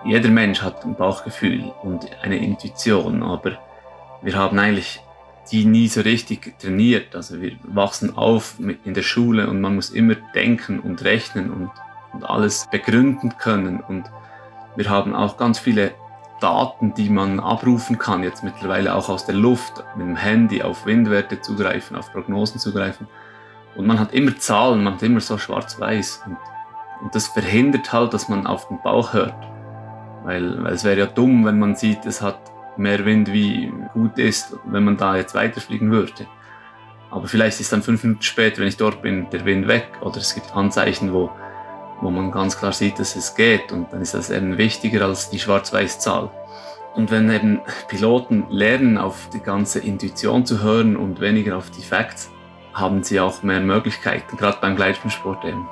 Jeder Mensch hat ein Bauchgefühl und eine Intuition, aber wir haben eigentlich die nie so richtig trainiert. Also wir wachsen auf in der Schule und man muss immer denken und rechnen und alles begründen können. Und wir haben auch ganz viele Daten, die man abrufen kann, jetzt mittlerweile auch aus der Luft, mit dem Handy auf Windwerte zugreifen, auf Prognosen zugreifen. Und man hat immer Zahlen, man hat immer so schwarz-weiß. Und das verhindert halt, dass man auf den Bauch hört. Weil es wäre ja dumm, wenn man sieht, es hat mehr Wind, wie gut ist, wenn man da jetzt weiterfliegen würde. Aber vielleicht ist dann 5 Minuten später, wenn ich dort bin, der Wind weg. Oder es gibt Anzeichen, wo man ganz klar sieht, dass es geht. Und dann ist das eben wichtiger als die Schwarz-Weiß-Zahl. Und wenn eben Piloten lernen, auf die ganze Intuition zu hören und weniger auf die Facts, haben sie auch mehr Möglichkeiten, gerade beim Gleitschirmsport eben.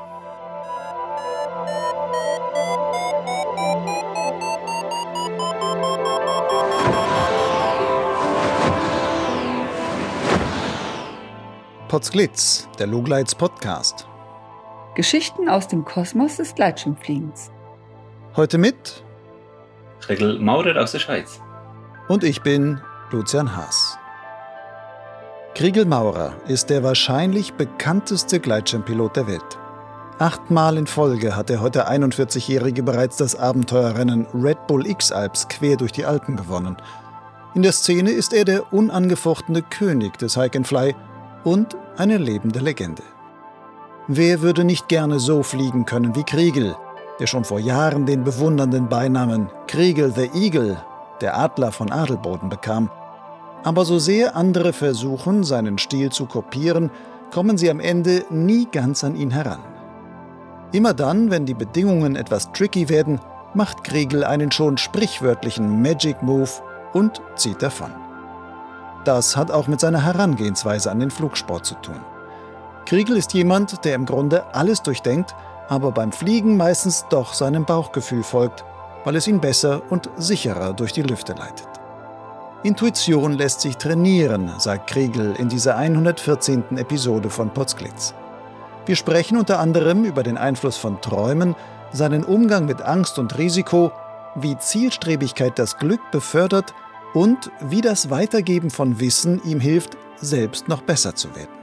Podsglitz, der Lugleits Podcast. Geschichten aus dem Kosmos des Gleitschirmfliegens. Heute mit Kriegl Maurer aus der Schweiz. Und ich bin Lucian Haas. Kriegl Maurer ist der wahrscheinlich bekannteste Gleitschirmpilot der Welt. 8-mal in Folge hat der heute 41-Jährige bereits das Abenteuerrennen Red Bull X-Alps quer durch die Alpen gewonnen. In der Szene ist er der unangefochtene König des Hike and Fly und eine lebende Legende. Wer würde nicht gerne so fliegen können wie Kriegl, der schon vor Jahren den bewundernden Beinamen Kriegl the Eagle, der Adler von Adelboden, bekam. Aber so sehr andere versuchen, seinen Stil zu kopieren, kommen sie am Ende nie ganz an ihn heran. Immer dann, wenn die Bedingungen etwas tricky werden, macht Kriegl einen schon sprichwörtlichen Magic Move und zieht davon. Das hat auch mit seiner Herangehensweise an den Flugsport zu tun. Kriegl ist jemand, der im Grunde alles durchdenkt, aber beim Fliegen meistens doch seinem Bauchgefühl folgt, weil es ihn besser und sicherer durch die Lüfte leitet. Intuition lässt sich trainieren, sagt Kriegl in dieser 114. Episode von Podsglitz. Wir sprechen unter anderem über den Einfluss von Träumen, seinen Umgang mit Angst und Risiko, wie Zielstrebigkeit das Glück befördert und wie das Weitergeben von Wissen ihm hilft, selbst noch besser zu werden.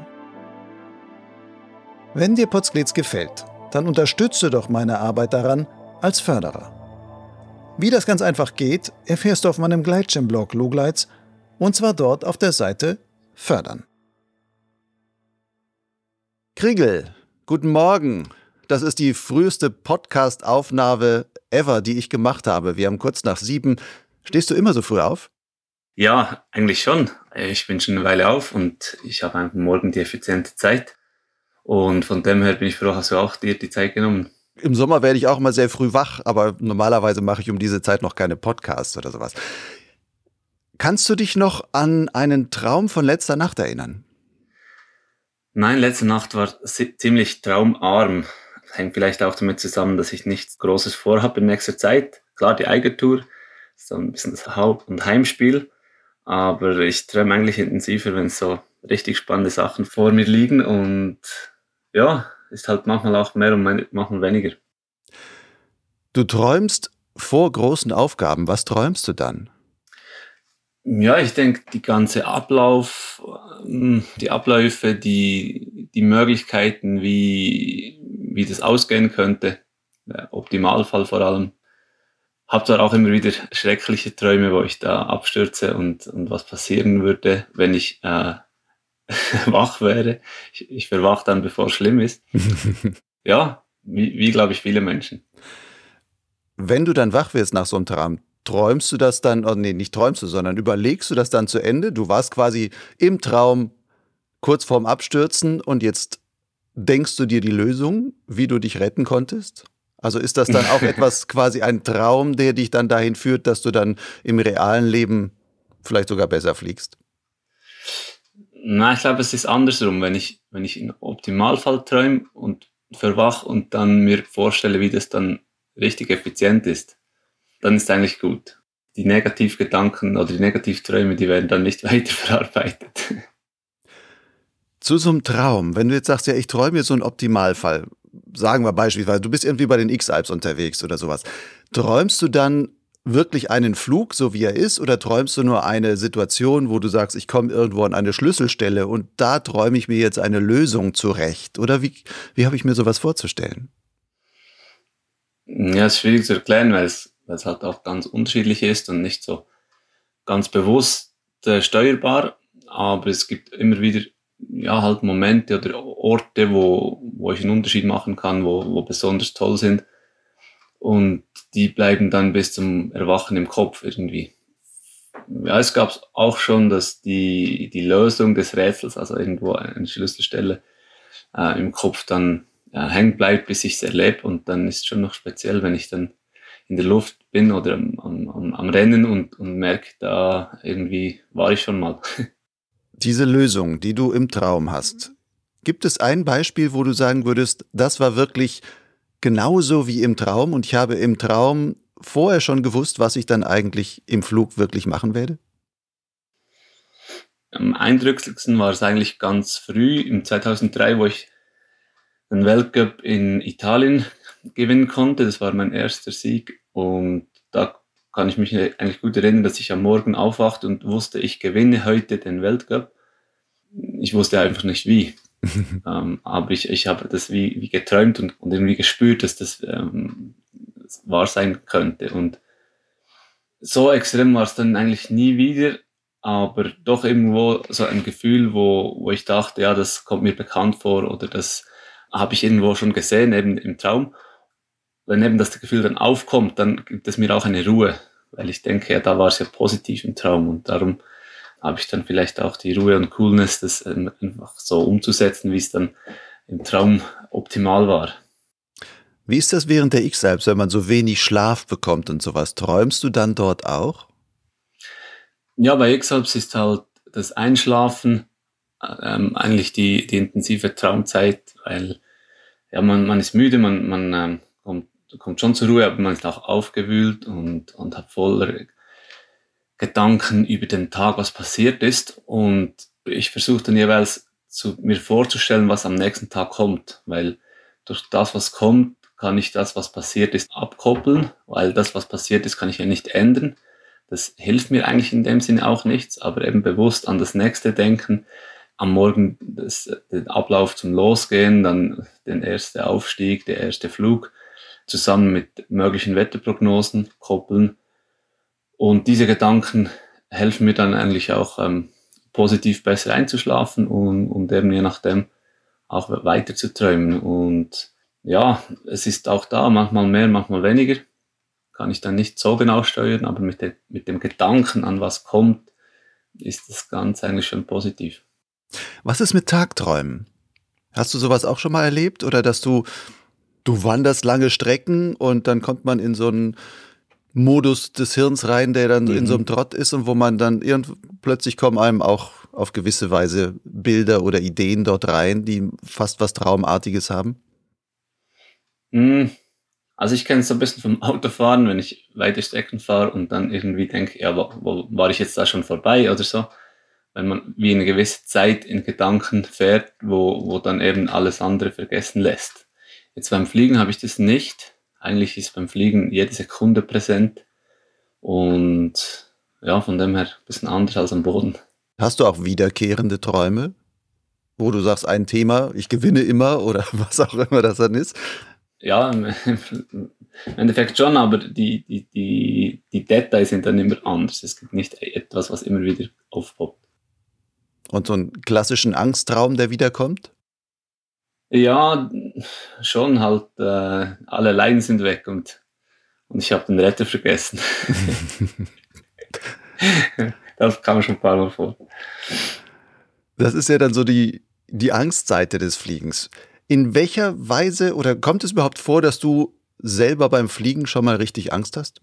Wenn dir Podsglitz gefällt, dann unterstütze doch meine Arbeit daran als Förderer. Wie das ganz einfach geht, erfährst du auf meinem Gleitschirmblog Lugleits, und zwar dort auf der Seite Fördern. Kriegl, guten Morgen. Das ist die früheste Podcast-Aufnahme ever, die ich gemacht habe. Wir haben kurz nach 7. Stehst du immer so früh auf? Ja, eigentlich schon. Ich bin schon eine Weile auf und ich habe am Morgen die effiziente Zeit. Und von dem her bin ich froh, hast du auch dir die Zeit genommen. Im Sommer werde ich auch immer sehr früh wach, aber normalerweise mache ich um diese Zeit noch keine Podcasts oder sowas. Kannst du dich noch an einen Traum von letzter Nacht erinnern? Nein, letzte Nacht war ziemlich traumarm. Hängt vielleicht auch damit zusammen, dass ich nichts Großes vorhabe in nächster Zeit. Klar, die Eigertour ist so ein bisschen das Haupt- und Heimspiel. Aber ich träume eigentlich intensiver, wenn so richtig spannende Sachen vor mir liegen. Und ja, ist halt manchmal auch mehr und manchmal weniger. Du träumst vor großen Aufgaben. Was träumst du dann? Ja, ich denke, die ganze die Abläufe, die Möglichkeiten, wie das ausgehen könnte, der Optimalfall vor allem. Habe zwar auch immer wieder schreckliche Träume, wo ich da abstürze und was passieren würde, wenn ich wach wäre. Ich verwache dann, bevor es schlimm ist. Ja, wie glaube ich, viele Menschen. Wenn du dann wach wirst nach so einem Traum, träumst du das dann, oh nee, nicht träumst du, sondern überlegst du das dann zu Ende? Du warst quasi im Traum kurz vorm Abstürzen und jetzt denkst du dir die Lösung, wie du dich retten konntest? Also ist das dann auch etwas, quasi ein Traum, der dich dann dahin führt, dass du dann im realen Leben vielleicht sogar besser fliegst? Nein, ich glaube, es ist andersrum. Wenn ich im Optimalfall träume und verwache und dann mir vorstelle, wie das dann richtig effizient ist, dann ist es eigentlich gut. Die Negativgedanken oder die Negativträume, die werden dann nicht weiterverarbeitet. Zu so einem Traum, wenn du jetzt sagst, ja, ich träume jetzt so einen Optimalfall, sagen wir beispielsweise, du bist irgendwie bei den X-Alps unterwegs oder sowas, Träumst du dann wirklich einen Flug, so wie er ist, oder träumst du nur eine Situation, wo du sagst, ich komme irgendwo an eine Schlüsselstelle und da träume ich mir jetzt eine Lösung zurecht? Oder wie habe ich mir sowas vorzustellen? Ja, es ist schwierig zu erklären, weil es halt auch ganz unterschiedlich ist und nicht so ganz bewusst steuerbar. Aber es gibt immer wieder ja, halt Momente oder Orte, wo ich einen Unterschied machen kann, wo besonders toll sind. Und die bleiben dann bis zum Erwachen im Kopf irgendwie. Ja, es gab auch schon, dass die Lösung des Rätsels, also irgendwo eine Schlüsselstelle im Kopf dann hängen bleibt, bis ich es erlebe. Und dann ist es schon noch speziell, wenn ich dann in der Luft bin oder am Rennen und merke, da irgendwie war ich schon mal. Diese Lösung, die du im Traum hast, gibt es ein Beispiel, wo du sagen würdest, das war wirklich genauso wie im Traum und ich habe im Traum vorher schon gewusst, was ich dann eigentlich im Flug wirklich machen werde? Am eindrücklichsten war es eigentlich ganz früh, im 2003, wo ich den Weltcup in Italien gewinnen konnte. Das war mein erster Sieg und da kann ich mich eigentlich gut erinnern, dass ich am Morgen aufwachte und wusste, ich gewinne heute den Weltcup. Ich wusste einfach nicht wie. Aber ich habe das wie geträumt und irgendwie gespürt, dass das wahr sein könnte. Und so extrem war es dann eigentlich nie wieder, aber doch irgendwo so ein Gefühl, wo ich dachte, ja, das kommt mir bekannt vor oder das habe ich irgendwo schon gesehen, eben im Traum. Wenn eben das Gefühl dann aufkommt, dann gibt es mir auch eine Ruhe, weil ich denke, ja, da war es ja positiv im Traum und darum habe ich dann vielleicht auch die Ruhe und Coolness, das einfach so umzusetzen, wie es dann im Traum optimal war. Wie ist das während der X-Alps, wenn man so wenig Schlaf bekommt und sowas? Träumst du dann dort auch? Ja, bei X-Alps ist halt das Einschlafen eigentlich die intensive Traumzeit, weil ja, man ist müde, man kommt schon zur Ruhe, aber man ist auch aufgewühlt und hat voller Gedanken über den Tag, was passiert ist. Und ich versuche dann jeweils mir vorzustellen, was am nächsten Tag kommt, weil durch das, was kommt, kann ich das, was passiert ist, abkoppeln, weil das, was passiert ist, kann ich ja nicht ändern. Das hilft mir eigentlich in dem Sinne auch nichts, aber eben bewusst an das nächste denken, am Morgen den Ablauf zum Losgehen, dann den ersten Aufstieg, der erste Flug, zusammen mit möglichen Wetterprognosen koppeln. Und diese Gedanken helfen mir dann eigentlich auch positiv besser einzuschlafen und eben je nachdem auch weiter zu träumen. Und ja, es ist auch da, manchmal mehr, manchmal weniger. Kann ich dann nicht so genau steuern, aber mit dem Gedanken an was kommt, ist das Ganze eigentlich schon positiv. Was ist mit Tagträumen? Hast du sowas auch schon mal erlebt? Oder dass du wanderst lange Strecken und dann kommt man in so einen Modus des Hirns rein, der dann in so einem Trott ist und wo man dann plötzlich kommen einem auch auf gewisse Weise Bilder oder Ideen dort rein, die fast was Traumartiges haben? Also ich kenne es so ein bisschen vom Autofahren, wenn ich weite Strecken fahre und dann irgendwie denke, ja, wo war ich jetzt da schon vorbei oder so. Wenn man wie eine gewisse Zeit in Gedanken fährt, wo dann eben alles andere vergessen lässt. Jetzt beim Fliegen habe ich das nicht. Eigentlich ist beim Fliegen jede Sekunde präsent und ja, von dem her ein bisschen anders als am Boden. Hast du auch wiederkehrende Träume, wo du sagst, ein Thema, ich gewinne immer oder was auch immer das dann ist? Ja, im Endeffekt schon, aber die Details sind dann immer anders. Es gibt nicht etwas, was immer wieder aufpoppt. Und so einen klassischen Angsttraum, der wiederkommt? Ja, schon halt, alle Leiden sind weg und ich habe den Retter vergessen. Das kam schon ein paar Mal vor. Das ist ja dann so die Angstseite des Fliegens. In welcher Weise oder kommt es überhaupt vor, dass du selber beim Fliegen schon mal richtig Angst hast?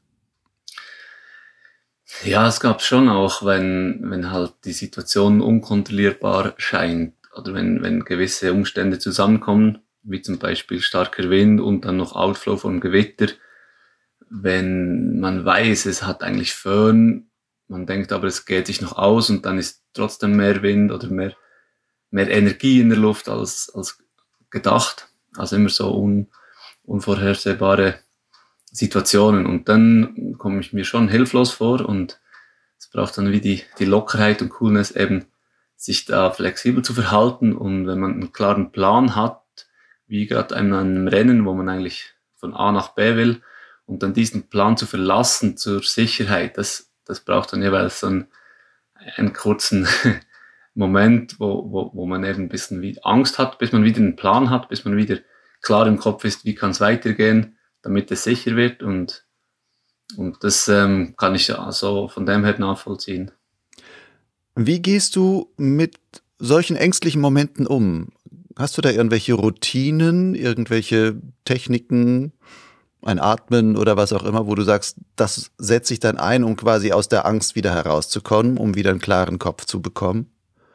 Ja, es gab schon auch, wenn halt die Situation unkontrollierbar scheint oder wenn gewisse Umstände zusammenkommen, wie zum Beispiel starker Wind und dann noch Outflow vom Gewitter, wenn man weiß, es hat eigentlich Föhn, man denkt aber, es geht sich noch aus und dann ist trotzdem mehr Wind oder mehr Energie in der Luft als gedacht. Also immer so unvorhersehbare Situationen. Und dann komme ich mir schon hilflos vor und es braucht dann wie die Lockerheit und Coolness eben, sich da flexibel zu verhalten. Und wenn man einen klaren Plan hat, wie gerade in einem Rennen, wo man eigentlich von A nach B will, und dann diesen Plan zu verlassen zur Sicherheit, das braucht dann jeweils so einen kurzen Moment, wo man eben ein bisschen wie Angst hat, bis man wieder einen Plan hat, bis man wieder klar im Kopf ist, wie kann es weitergehen, damit es sicher wird. Und das kann ich also von dem her nachvollziehen. Wie gehst du mit solchen ängstlichen Momenten um? Hast du da irgendwelche Routinen, irgendwelche Techniken, ein Atmen oder was auch immer, wo du sagst, das setze ich dann ein, um quasi aus der Angst wieder herauszukommen, um wieder einen klaren Kopf zu bekommen?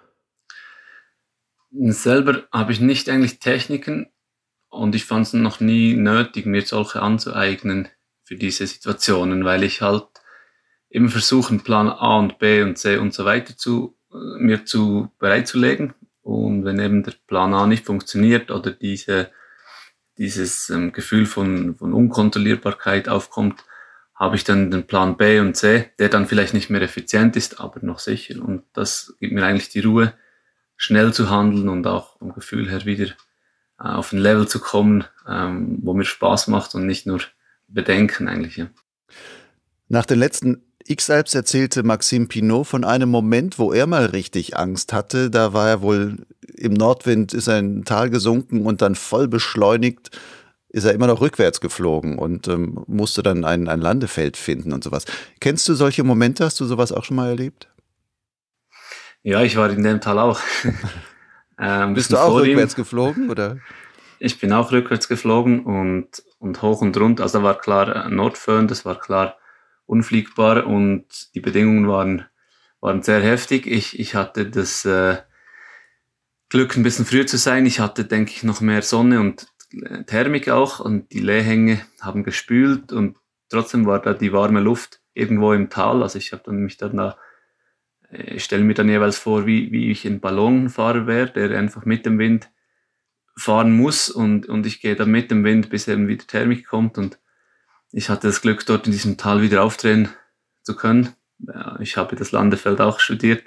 Selber habe ich nicht eigentlich Techniken und ich fand es noch nie nötig, mir solche anzueignen für diese Situationen, weil ich halt immer versuche, einen Plan A und B und C und so weiter mir bereitzulegen. Und wenn eben der Plan A nicht funktioniert oder dieses Gefühl von Unkontrollierbarkeit aufkommt, habe ich dann den Plan B und C, der dann vielleicht nicht mehr effizient ist, aber noch sicher. Und das gibt mir eigentlich die Ruhe, schnell zu handeln und auch vom Gefühl her wieder auf ein Level zu kommen, wo mir Spaß macht und nicht nur Bedenken eigentlich. Ja. Nach den letzten X-Alps erzählte Maxime Pinot von einem Moment, wo er mal richtig Angst hatte. Da war er wohl im Nordwind, ist er in ein Tal gesunken und dann voll beschleunigt ist er immer noch rückwärts geflogen und musste dann ein Landefeld finden und sowas. Kennst du solche Momente? Hast du sowas auch schon mal erlebt? Ja, ich war in dem Tal auch. Bist du auch rückwärts geflogen, oder? Ich bin auch rückwärts geflogen und hoch und runter. Also da war klar Nordföhn, das war klar unfliegbar und die Bedingungen waren sehr heftig. Ich hatte das Glück, ein bisschen früher zu sein. Ich hatte, denke ich, noch mehr Sonne und Thermik auch und die Lehhänge haben gespült und trotzdem war da die warme Luft irgendwo im Tal. Also ich stelle mir dann jeweils vor, wie ich ein Ballonfahrer wäre, der einfach mit dem Wind fahren muss und ich gehe dann mit dem Wind, bis eben wieder Thermik kommt und ich hatte das Glück, dort in diesem Tal wieder aufdrehen zu können. Ich habe das Landefeld auch studiert.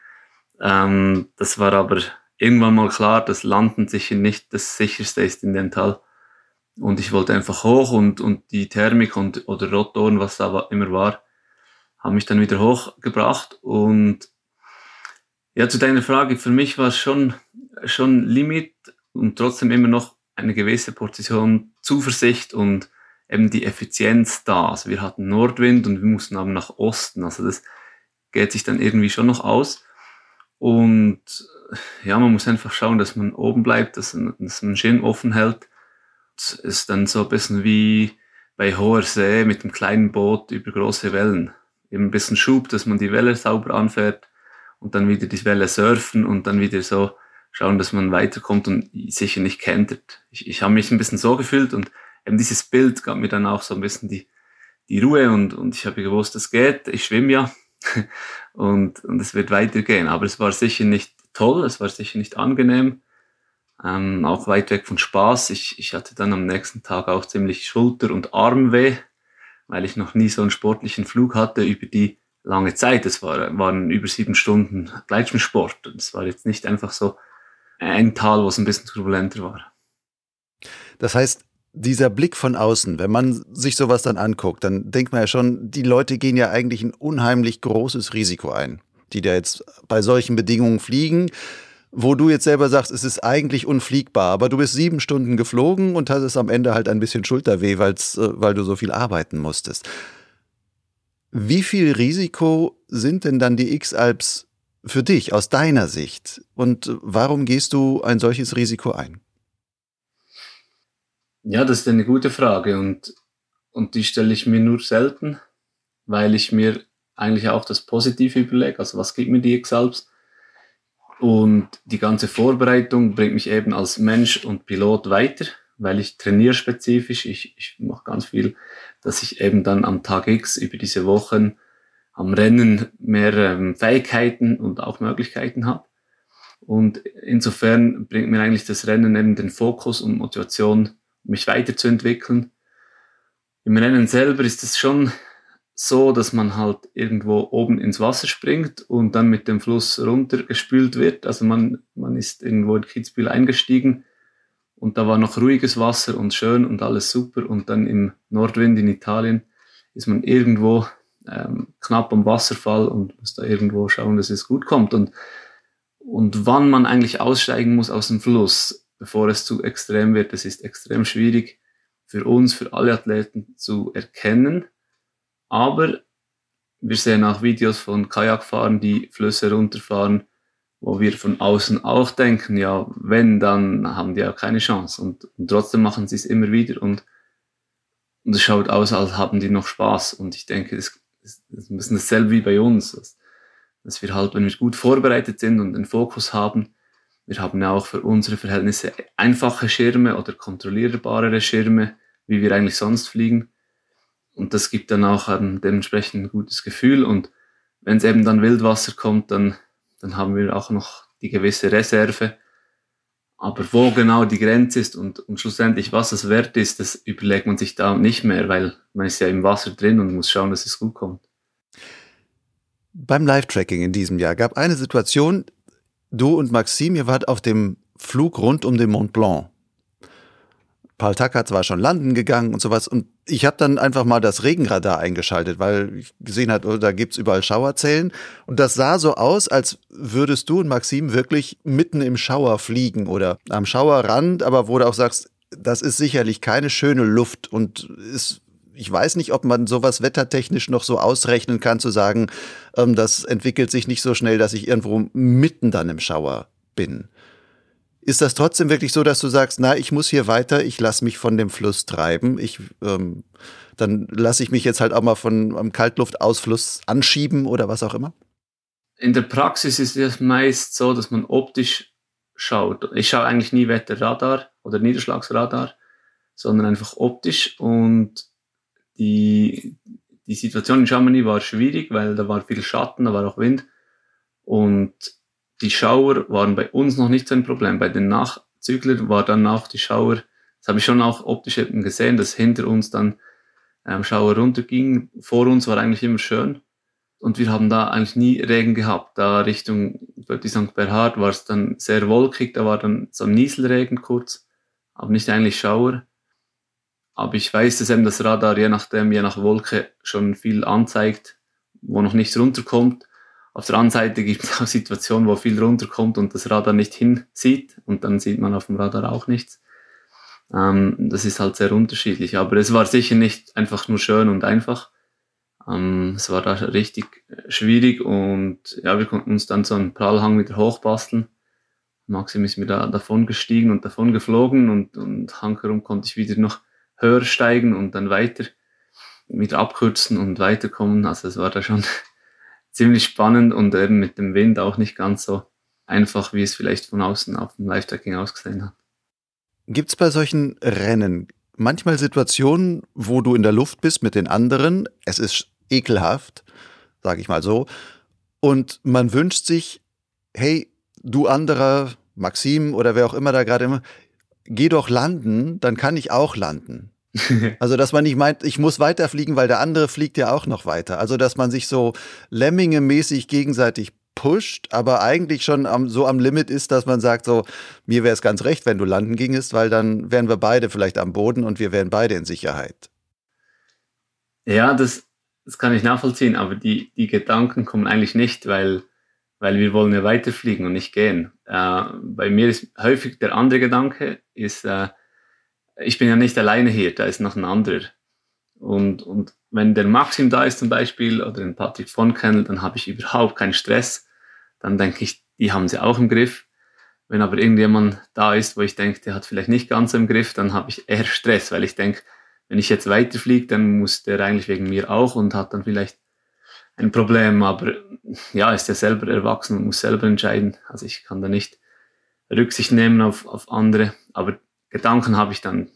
Das war aber irgendwann mal klar, dass Landen sicher nicht das sicherste ist in dem Tal. Und ich wollte einfach hoch und die Thermik oder Rotoren, was da immer war, haben mich dann wieder hochgebracht. Und ja, zu deiner Frage, für mich war es schon Limit und trotzdem immer noch eine gewisse Portion Zuversicht und eben die Effizienz da. Also wir hatten Nordwind und wir mussten aber nach Osten. Also das geht sich dann irgendwie schon noch aus. Und ja, man muss einfach schauen, dass man oben bleibt, dass man den Schirm offen hält. Es ist dann so ein bisschen wie bei hoher See mit einem kleinen Boot über große Wellen. Eben ein bisschen Schub, dass man die Welle sauber anfährt und dann wieder die Welle surfen und dann wieder so schauen, dass man weiterkommt und sicher nicht kentert. Ich habe mich ein bisschen so gefühlt und eben dieses Bild gab mir dann auch so ein bisschen die Ruhe und ich habe gewusst, es geht, ich schwimme ja und es wird weitergehen. Aber es war sicher nicht toll, es war sicher nicht angenehm, auch weit weg von Spaß. Ich hatte dann am nächsten Tag auch ziemlich Schulter- und Armweh, weil ich noch nie so einen sportlichen Flug hatte über die lange Zeit. Es waren über 7 Stunden Gleitschirmsport und es war jetzt nicht einfach so ein Tal, wo es ein bisschen turbulenter war. Das heißt, dieser Blick von außen, wenn man sich sowas dann anguckt, dann denkt man ja schon, die Leute gehen ja eigentlich ein unheimlich großes Risiko ein, die da jetzt bei solchen Bedingungen fliegen, wo du jetzt selber sagst, es ist eigentlich unfliegbar, aber du bist 7 Stunden geflogen und hattest am Ende halt ein bisschen Schulterweh, weil du so viel arbeiten musstest. Wie viel Risiko sind denn dann die X-Alps für dich aus deiner Sicht und warum gehst du ein solches Risiko ein? Ja, das ist eine gute Frage und die stelle ich mir nur selten, weil ich mir eigentlich auch das Positive überlege. Also was gibt mir die X-Alps? Und die ganze Vorbereitung bringt mich eben als Mensch und Pilot weiter, weil ich trainiere spezifisch. Ich mache ganz viel, dass ich eben dann am Tag X über diese Wochen am Rennen mehr Fähigkeiten und auch Möglichkeiten habe. Und insofern bringt mir eigentlich das Rennen eben den Fokus und Motivation, mich weiterzuentwickeln. Im Rennen selber ist es schon so, dass man halt irgendwo oben ins Wasser springt und dann mit dem Fluss runtergespült wird. Also man ist irgendwo in Kitzbühel eingestiegen und da war noch ruhiges Wasser und schön und alles super. Und dann im Nordwind in Italien ist man irgendwo knapp am Wasserfall und muss da irgendwo schauen, dass es gut kommt. Und wann man eigentlich aussteigen muss aus dem Fluss, bevor es zu extrem wird, das ist extrem schwierig für uns, für alle Athleten zu erkennen. Aber wir sehen auch Videos von Kajakfahrern, die Flüsse runterfahren, wo wir von außen auch denken, ja, wenn, dann haben die auch keine Chance. Und trotzdem machen sie es immer wieder und es schaut aus, als haben die noch Spaß. Und ich denke, das ist ein bisschen dasselbe wie bei uns, dass wir halt, wenn wir gut vorbereitet sind und den Fokus haben, wir haben ja auch für unsere Verhältnisse einfache Schirme oder kontrollierbare Schirme, wie wir eigentlich sonst fliegen. Und das gibt dann auch dementsprechend ein gutes Gefühl. Und wenn es eben dann Wildwasser kommt, dann haben wir auch noch die gewisse Reserve. Aber wo genau die Grenze ist und schlussendlich was es wert ist, das überlegt man sich da nicht mehr, weil man ist ja im Wasser drin und muss schauen, dass es gut kommt. Beim Live-Tracking in diesem Jahr gab eine Situation, du und Maxime, ihr wart auf dem Flug rund um den Mont Blanc. Paul Tackert war schon landen gegangen und sowas. Und ich habe dann einfach mal das Regenradar eingeschaltet, weil ich gesehen habe, oh, da gibt's überall Schauerzellen. Und das sah so aus, als würdest du und Maxime wirklich mitten im Schauer fliegen oder am Schauerrand, aber wo du auch sagst, das ist sicherlich keine schöne Luft und ich weiß nicht, ob man sowas wettertechnisch noch so ausrechnen kann, zu sagen, das entwickelt sich nicht so schnell, dass ich irgendwo mitten dann im Schauer bin. Ist das trotzdem wirklich so, dass du sagst, na, ich muss hier weiter, ich lasse mich von dem Fluss treiben, dann lasse ich mich jetzt halt auch mal am Kaltluftausfluss anschieben oder was auch immer? In der Praxis ist es meist so, dass man optisch schaut. Ich schaue eigentlich nie Wetterradar oder Niederschlagsradar, sondern einfach optisch. Und die Situation in Chamonix war schwierig, weil da war viel Schatten, da war auch Wind. Und die Schauer waren bei uns noch nicht so ein Problem. Bei den Nachzüglern war dann auch die Schauer, das habe ich schon auch optisch eben gesehen, dass hinter uns dann Schauer runtergingen. Vor uns war eigentlich immer schön. Und wir haben da eigentlich nie Regen gehabt. Da Richtung Petit St. Bernhard war es dann sehr wolkig, da war dann so ein Nieselregen kurz, aber nicht eigentlich Schauer. Aber ich weiß, dass eben das Radar je nach Wolke schon viel anzeigt, wo noch nichts runterkommt. Auf der anderen Seite gibt es auch Situationen, wo viel runterkommt und das Radar nicht hinsieht und dann sieht man auf dem Radar auch nichts. Das ist halt sehr unterschiedlich, aber es war sicher nicht einfach nur schön und einfach. Es war da richtig schwierig und ja, wir konnten uns dann so einen Prallhang wieder hochbasteln. Maxim ist mir da davon gestiegen und davon geflogen und hankerum konnte ich wieder noch höher steigen und dann wieder abkürzen und weiterkommen. Also es war da schon ziemlich spannend und eben mit dem Wind auch nicht ganz so einfach, wie es vielleicht von außen auf dem Live-Tracking ausgesehen hat. Gibt es bei solchen Rennen manchmal Situationen, wo du in der Luft bist mit den anderen, es ist ekelhaft, sage ich mal so, und man wünscht sich, hey, du anderer, Maxim oder wer auch immer da gerade immer, geh doch landen, dann kann ich auch landen. Also, dass man nicht meint, ich muss weiterfliegen, weil der andere fliegt ja auch noch weiter. Also, dass man sich so Lemminge-mäßig gegenseitig pusht, aber eigentlich schon so am Limit ist, dass man sagt so, mir wäre es ganz recht, wenn du landen gingest, weil dann wären wir beide vielleicht am Boden und wir wären beide in Sicherheit. Ja, das kann ich nachvollziehen, aber die Gedanken kommen eigentlich nicht, weil wir wollen ja weiterfliegen und nicht gehen. Bei mir ist häufig der andere Gedanke, ich bin ja nicht alleine hier, da ist noch ein anderer. Und wenn der Maxim da ist zum Beispiel oder den Patrick von Kennel, dann habe ich überhaupt keinen Stress. Dann denke ich, die haben sie auch im Griff. Wenn aber irgendjemand da ist, wo ich denke, der hat vielleicht nicht ganz so im Griff, dann habe ich eher Stress, weil ich denke, wenn ich jetzt weiterfliege, dann muss der eigentlich wegen mir auch und hat dann vielleicht ein Problem. Aber ja, ist ja selber erwachsen und muss selber entscheiden. Also ich kann da nicht Rücksicht nehmen auf andere, aber Gedanken habe ich dann.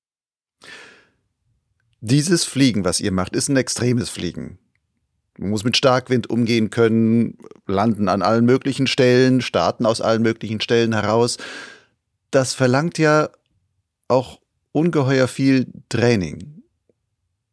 Dieses Fliegen, was ihr macht, ist ein extremes Fliegen. Man muss mit Starkwind umgehen können, landen an allen möglichen Stellen, starten aus allen möglichen Stellen heraus. Das verlangt ja auch ungeheuer viel Training.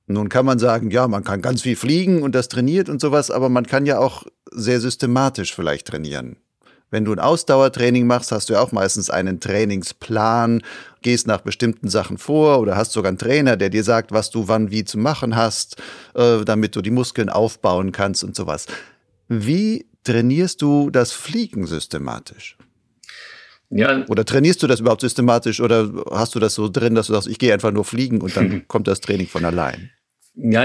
Nun kann man sagen, ja, man kann ganz viel fliegen und das trainiert und sowas, aber man kann ja auch sehr systematisch vielleicht trainieren. Wenn du ein Ausdauertraining machst, hast du ja auch meistens einen Trainingsplan, gehst nach bestimmten Sachen vor oder hast sogar einen Trainer, der dir sagt, was du wann wie zu machen hast, damit du die Muskeln aufbauen kannst und sowas. Wie trainierst du das Fliegen systematisch? Ja, Oder trainierst du das überhaupt systematisch oder hast du das so drin, dass du sagst, ich gehe einfach nur fliegen und dann kommt das Training von allein? ja,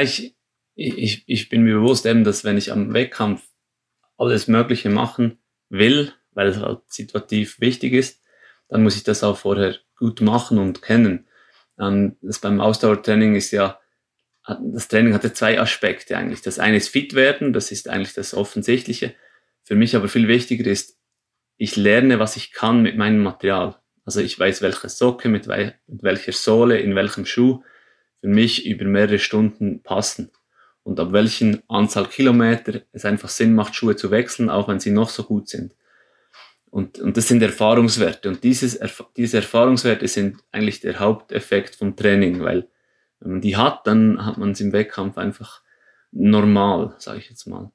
ich bin mir bewusst eben, dass wenn ich am Wettkampf alles Mögliche machen will, weil es halt situativ wichtig ist, dann muss ich das auch vorher gut machen und kennen. Das beim Ausdauertraining ist ja, das Training hatte zwei Aspekte eigentlich. Das eine ist fit werden, das ist eigentlich das Offensichtliche. Für mich aber viel wichtiger ist, ich lerne, was ich kann mit meinem Material. Also ich weiß, welche Socke, mit welcher Sohle, in welchem Schuh für mich über mehrere Stunden passen. Und ab welchen Anzahl Kilometer es einfach Sinn macht, Schuhe zu wechseln, auch wenn sie noch so gut sind. Und das sind Erfahrungswerte. Und diese Erfahrungswerte sind eigentlich der Haupteffekt vom Training, weil wenn man die hat, dann hat man es im Wettkampf einfach normal, sage ich jetzt mal.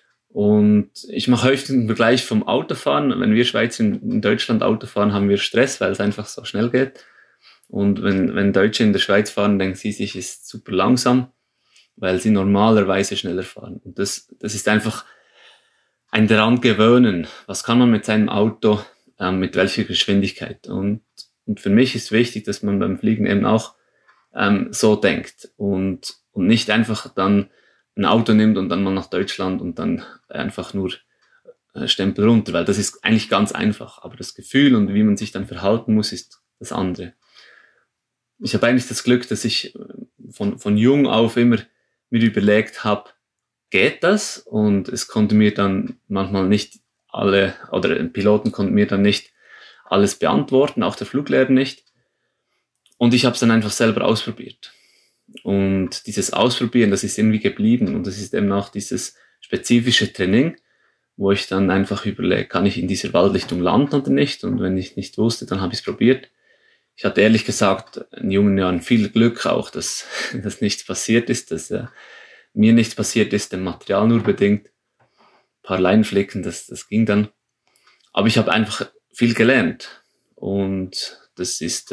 Und ich mache häufig den Vergleich vom Autofahren. Wenn wir Schweizer in Deutschland Auto fahren, haben wir Stress, weil es einfach so schnell geht. Und wenn Deutsche in der Schweiz fahren, denken sie sich, es ist super langsam, weil sie normalerweise schneller fahren. Und das ist einfach ein daran gewöhnen. Was kann man mit seinem Auto, mit welcher Geschwindigkeit? Und für mich ist wichtig, dass man beim Fliegen eben auch so denkt und nicht einfach dann ein Auto nimmt und dann mal nach Deutschland und dann einfach nur Stempel runter, weil das ist eigentlich ganz einfach. Aber das Gefühl und wie man sich dann verhalten muss, ist das andere. Ich habe eigentlich das Glück, dass ich von jung auf immer mir überlegt habe, geht das? Und es konnte mir dann manchmal nicht Piloten konnten mir dann nicht alles beantworten, auch der Fluglehrer nicht. Und ich habe es dann einfach selber ausprobiert. Und dieses Ausprobieren, das ist irgendwie geblieben. Und das ist eben auch dieses spezifische Training, wo ich dann einfach überlege, kann ich in dieser Waldlichtung landen oder nicht? Und wenn ich nicht wusste, dann habe ich es probiert. Ich hatte ehrlich gesagt in jungen Jahren viel Glück auch, dass nichts passiert ist, dass mir nichts passiert ist, dem Material nur bedingt. Ein paar Leinenflicken, das ging dann. Aber ich habe einfach viel gelernt. Und das ist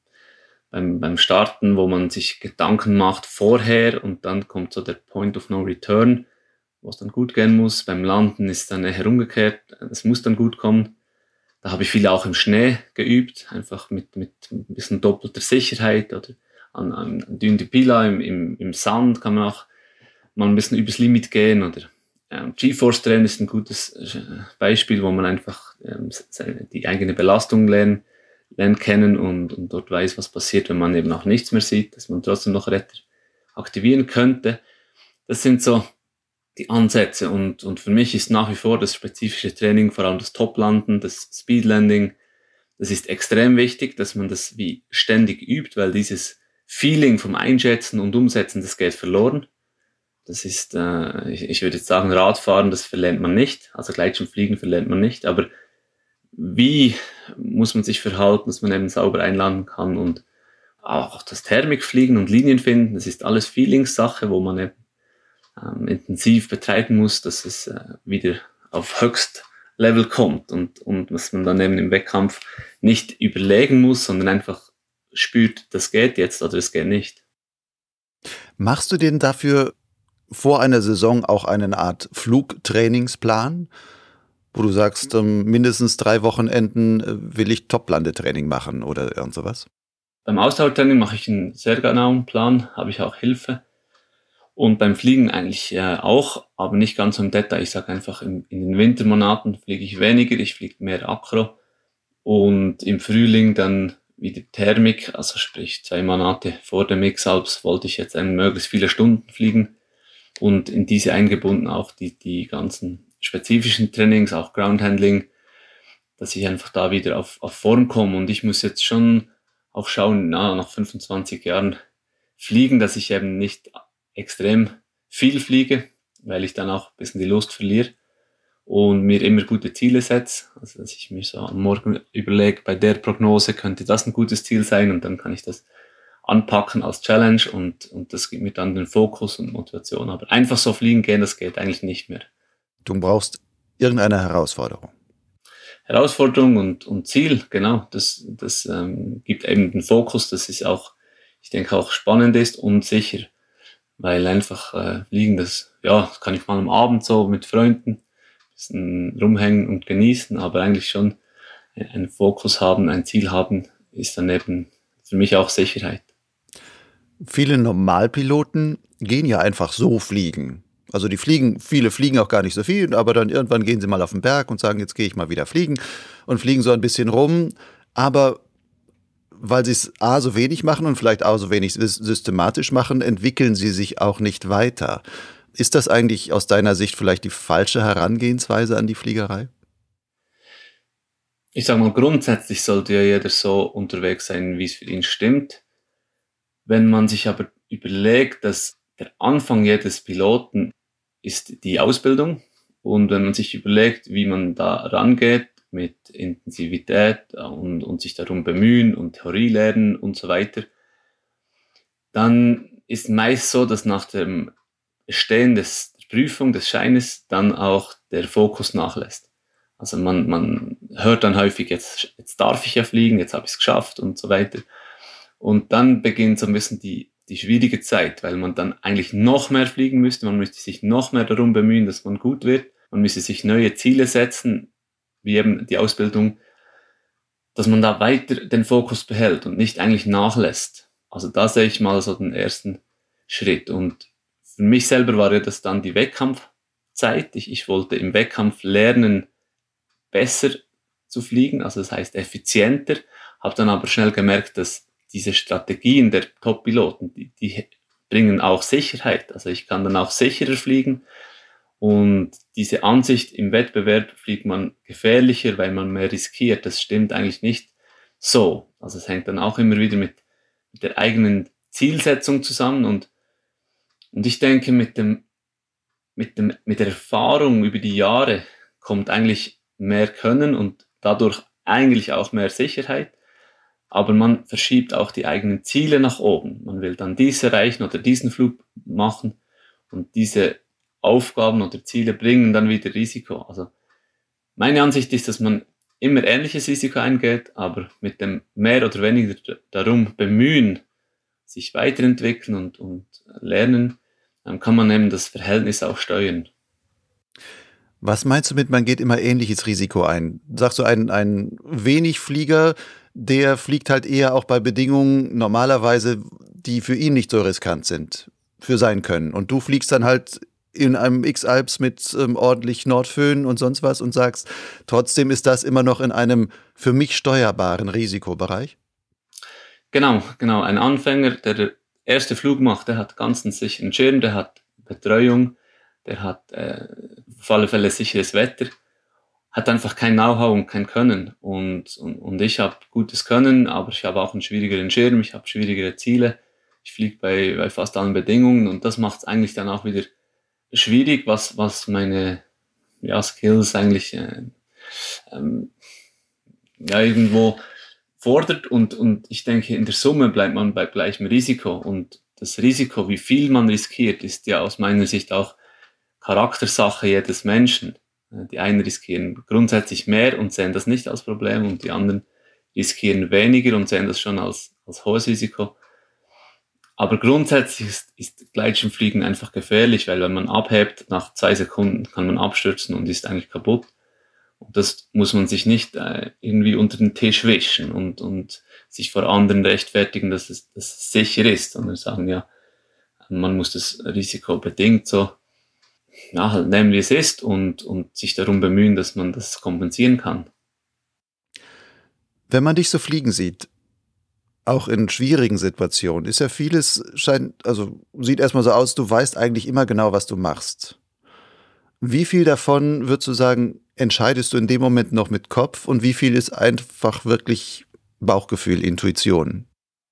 beim Starten, wo man sich Gedanken macht vorher und dann kommt so der Point of No Return, wo es dann gut gehen muss. Beim Landen ist dann eher umgekehrt, es muss dann gut kommen. Da habe ich viel auch im Schnee geübt, einfach mit ein bisschen doppelter Sicherheit oder an Dune de Pila im Sand kann man auch mal ein bisschen übers Limit gehen oder G-Force-Training ist ein gutes Beispiel, wo man einfach die eigene Belastung lernen kennen und dort weiß, was passiert, wenn man eben auch nichts mehr sieht, dass man trotzdem noch Retter aktivieren könnte. Das sind so die Ansätze und für mich ist nach wie vor das spezifische Training, vor allem das Toplanden, das Speedlanding, das ist extrem wichtig, dass man das wie ständig übt, weil dieses Feeling vom Einschätzen und Umsetzen, das geht verloren. Das ist, ich würde jetzt sagen, Radfahren, das verlernt man nicht, also Gleitschirmfliegen verlernt man nicht, aber wie muss man sich verhalten, dass man eben sauber einlanden kann und auch das Thermikfliegen und Linien finden, das ist alles Feelingssache, wo man eben intensiv betreiben muss, dass es wieder auf Höchstlevel kommt und dass man dann eben im Wettkampf nicht überlegen muss, sondern einfach spürt, das geht jetzt oder es geht nicht. Machst du denn dafür vor einer Saison auch eine Art Flugtrainingsplan, wo du sagst, mindestens 3 Wochenenden will ich Top-Landetraining machen oder irgend sowas? Beim Ausdauertraining mache ich einen sehr genauen Plan, habe ich auch Hilfe. Und beim Fliegen eigentlich auch, aber nicht ganz so im Detail. Ich sage einfach, in den Wintermonaten fliege ich weniger, ich fliege mehr Akro. Und im Frühling dann wieder Thermik, also sprich 2 Monate vor der Mix-Alps wollte ich jetzt möglichst viele Stunden fliegen. Und in diese eingebunden auch die ganzen spezifischen Trainings, auch Groundhandling, dass ich einfach da wieder auf Form komme. Und ich muss jetzt schon auch schauen, nach 25 Jahren fliegen, dass ich eben nicht extrem viel fliege, weil ich dann auch ein bisschen die Lust verliere und mir immer gute Ziele setze. Also dass ich mir so am Morgen überlege, bei der Prognose könnte das ein gutes Ziel sein und dann kann ich das anpacken als Challenge und das gibt mir dann den Fokus und Motivation. Aber einfach so fliegen gehen, das geht eigentlich nicht mehr. Du brauchst irgendeine Herausforderung. Herausforderung und Ziel, genau, das gibt eben den Fokus, das ist auch, ich denke auch spannend ist und sicher, weil einfach Fliegen, das kann ich mal am Abend so mit Freunden ein bisschen rumhängen und genießen, aber eigentlich schon einen Fokus haben, ein Ziel haben, ist dann eben für mich auch Sicherheit. Viele Normalpiloten gehen ja einfach so fliegen. Also viele fliegen auch gar nicht so viel, aber dann irgendwann gehen sie mal auf den Berg und sagen, jetzt gehe ich mal wieder fliegen und fliegen so ein bisschen rum. Aber weil sie es A so wenig machen und vielleicht auch so wenig systematisch machen, entwickeln sie sich auch nicht weiter. Ist das eigentlich aus deiner Sicht vielleicht die falsche Herangehensweise an die Fliegerei? Ich sage mal, grundsätzlich sollte ja jeder so unterwegs sein, wie es für ihn stimmt. Wenn man sich aber überlegt, dass der Anfang jedes Piloten ist die Ausbildung und wenn man sich überlegt, wie man da rangeht mit Intensivität und sich darum bemühen und Theorie lernen und so weiter, dann ist meist so, dass nach dem Bestehen der Prüfung des Scheines dann auch der Fokus nachlässt. Also man hört dann häufig, jetzt darf ich ja fliegen, jetzt habe ich es geschafft und so weiter. Und dann beginnt so ein bisschen die schwierige Zeit, weil man dann eigentlich noch mehr fliegen müsste, man müsste sich noch mehr darum bemühen, dass man gut wird, man müsste sich neue Ziele setzen, wie eben die Ausbildung, dass man da weiter den Fokus behält und nicht eigentlich nachlässt. Also da sehe ich mal so den ersten Schritt. Und für mich selber war ja das dann die Wettkampfzeit. Ich wollte im Wettkampf lernen, besser zu fliegen, also das heißt effizienter, habe dann aber schnell gemerkt, dass diese Strategien der Top-Piloten, die bringen auch Sicherheit. Also ich kann dann auch sicherer fliegen und diese Ansicht, im Wettbewerb fliegt man gefährlicher, weil man mehr riskiert, das stimmt eigentlich nicht so. Also es hängt dann auch immer wieder mit der eigenen Zielsetzung zusammen und ich denke, mit der Erfahrung über die Jahre kommt eigentlich mehr Können und dadurch eigentlich auch mehr Sicherheit. Aber man verschiebt auch die eigenen Ziele nach oben. Man will dann dies erreichen oder diesen Flug machen und diese Aufgaben oder Ziele bringen dann wieder Risiko. Also meine Ansicht ist, dass man immer ähnliches Risiko eingeht, aber mit dem mehr oder weniger darum bemühen, sich weiterentwickeln und lernen, dann kann man eben das Verhältnis auch steuern. Was meinst du mit, man geht immer ähnliches Risiko ein? Sagst du, ein wenig Flieger, der fliegt halt eher auch bei Bedingungen normalerweise, die für ihn nicht so riskant sind, für sein Können. Und du fliegst dann halt in einem X-Alps mit ordentlich Nordföhn und sonst was und sagst, trotzdem ist das immer noch in einem für mich steuerbaren Risikobereich? Genau. Ein Anfänger, der erste Flug macht, der hat ganz einen sicheren Schirm, der hat Betreuung, der hat auf alle Fälle sicheres Wetter, hat einfach kein Know-how und kein Können. Und ich habe gutes Können, aber ich habe auch einen schwierigeren Schirm, ich habe schwierigere Ziele, ich fliege bei fast allen Bedingungen und das macht es eigentlich dann auch wieder schwierig, was meine Skills eigentlich irgendwo fordert und ich denke, in der Summe bleibt man bei gleichem Risiko und das Risiko, wie viel man riskiert, ist ja aus meiner Sicht auch Charaktersache jedes Menschen. Die einen riskieren grundsätzlich mehr und sehen das nicht als Problem und die anderen riskieren weniger und sehen das schon als hohes Risiko. Aber grundsätzlich ist Gleitschirmfliegen einfach gefährlich, weil wenn man abhebt, nach 2 Sekunden kann man abstürzen und ist eigentlich kaputt. Und das muss man sich nicht irgendwie unter den Tisch wischen und sich vor anderen rechtfertigen, dass es sicher ist, sondern sagen, ja, man muss das Risiko bedingt so halt nehmen, wie es ist und sich darum bemühen, dass man das kompensieren kann. Wenn man dich so fliegen sieht, auch in schwierigen Situationen, ist ja vieles, sieht erstmal so aus, du weißt eigentlich immer genau, was du machst. Wie viel davon, würdest du sagen, entscheidest du in dem Moment noch mit Kopf und wie viel ist einfach wirklich Bauchgefühl, Intuition?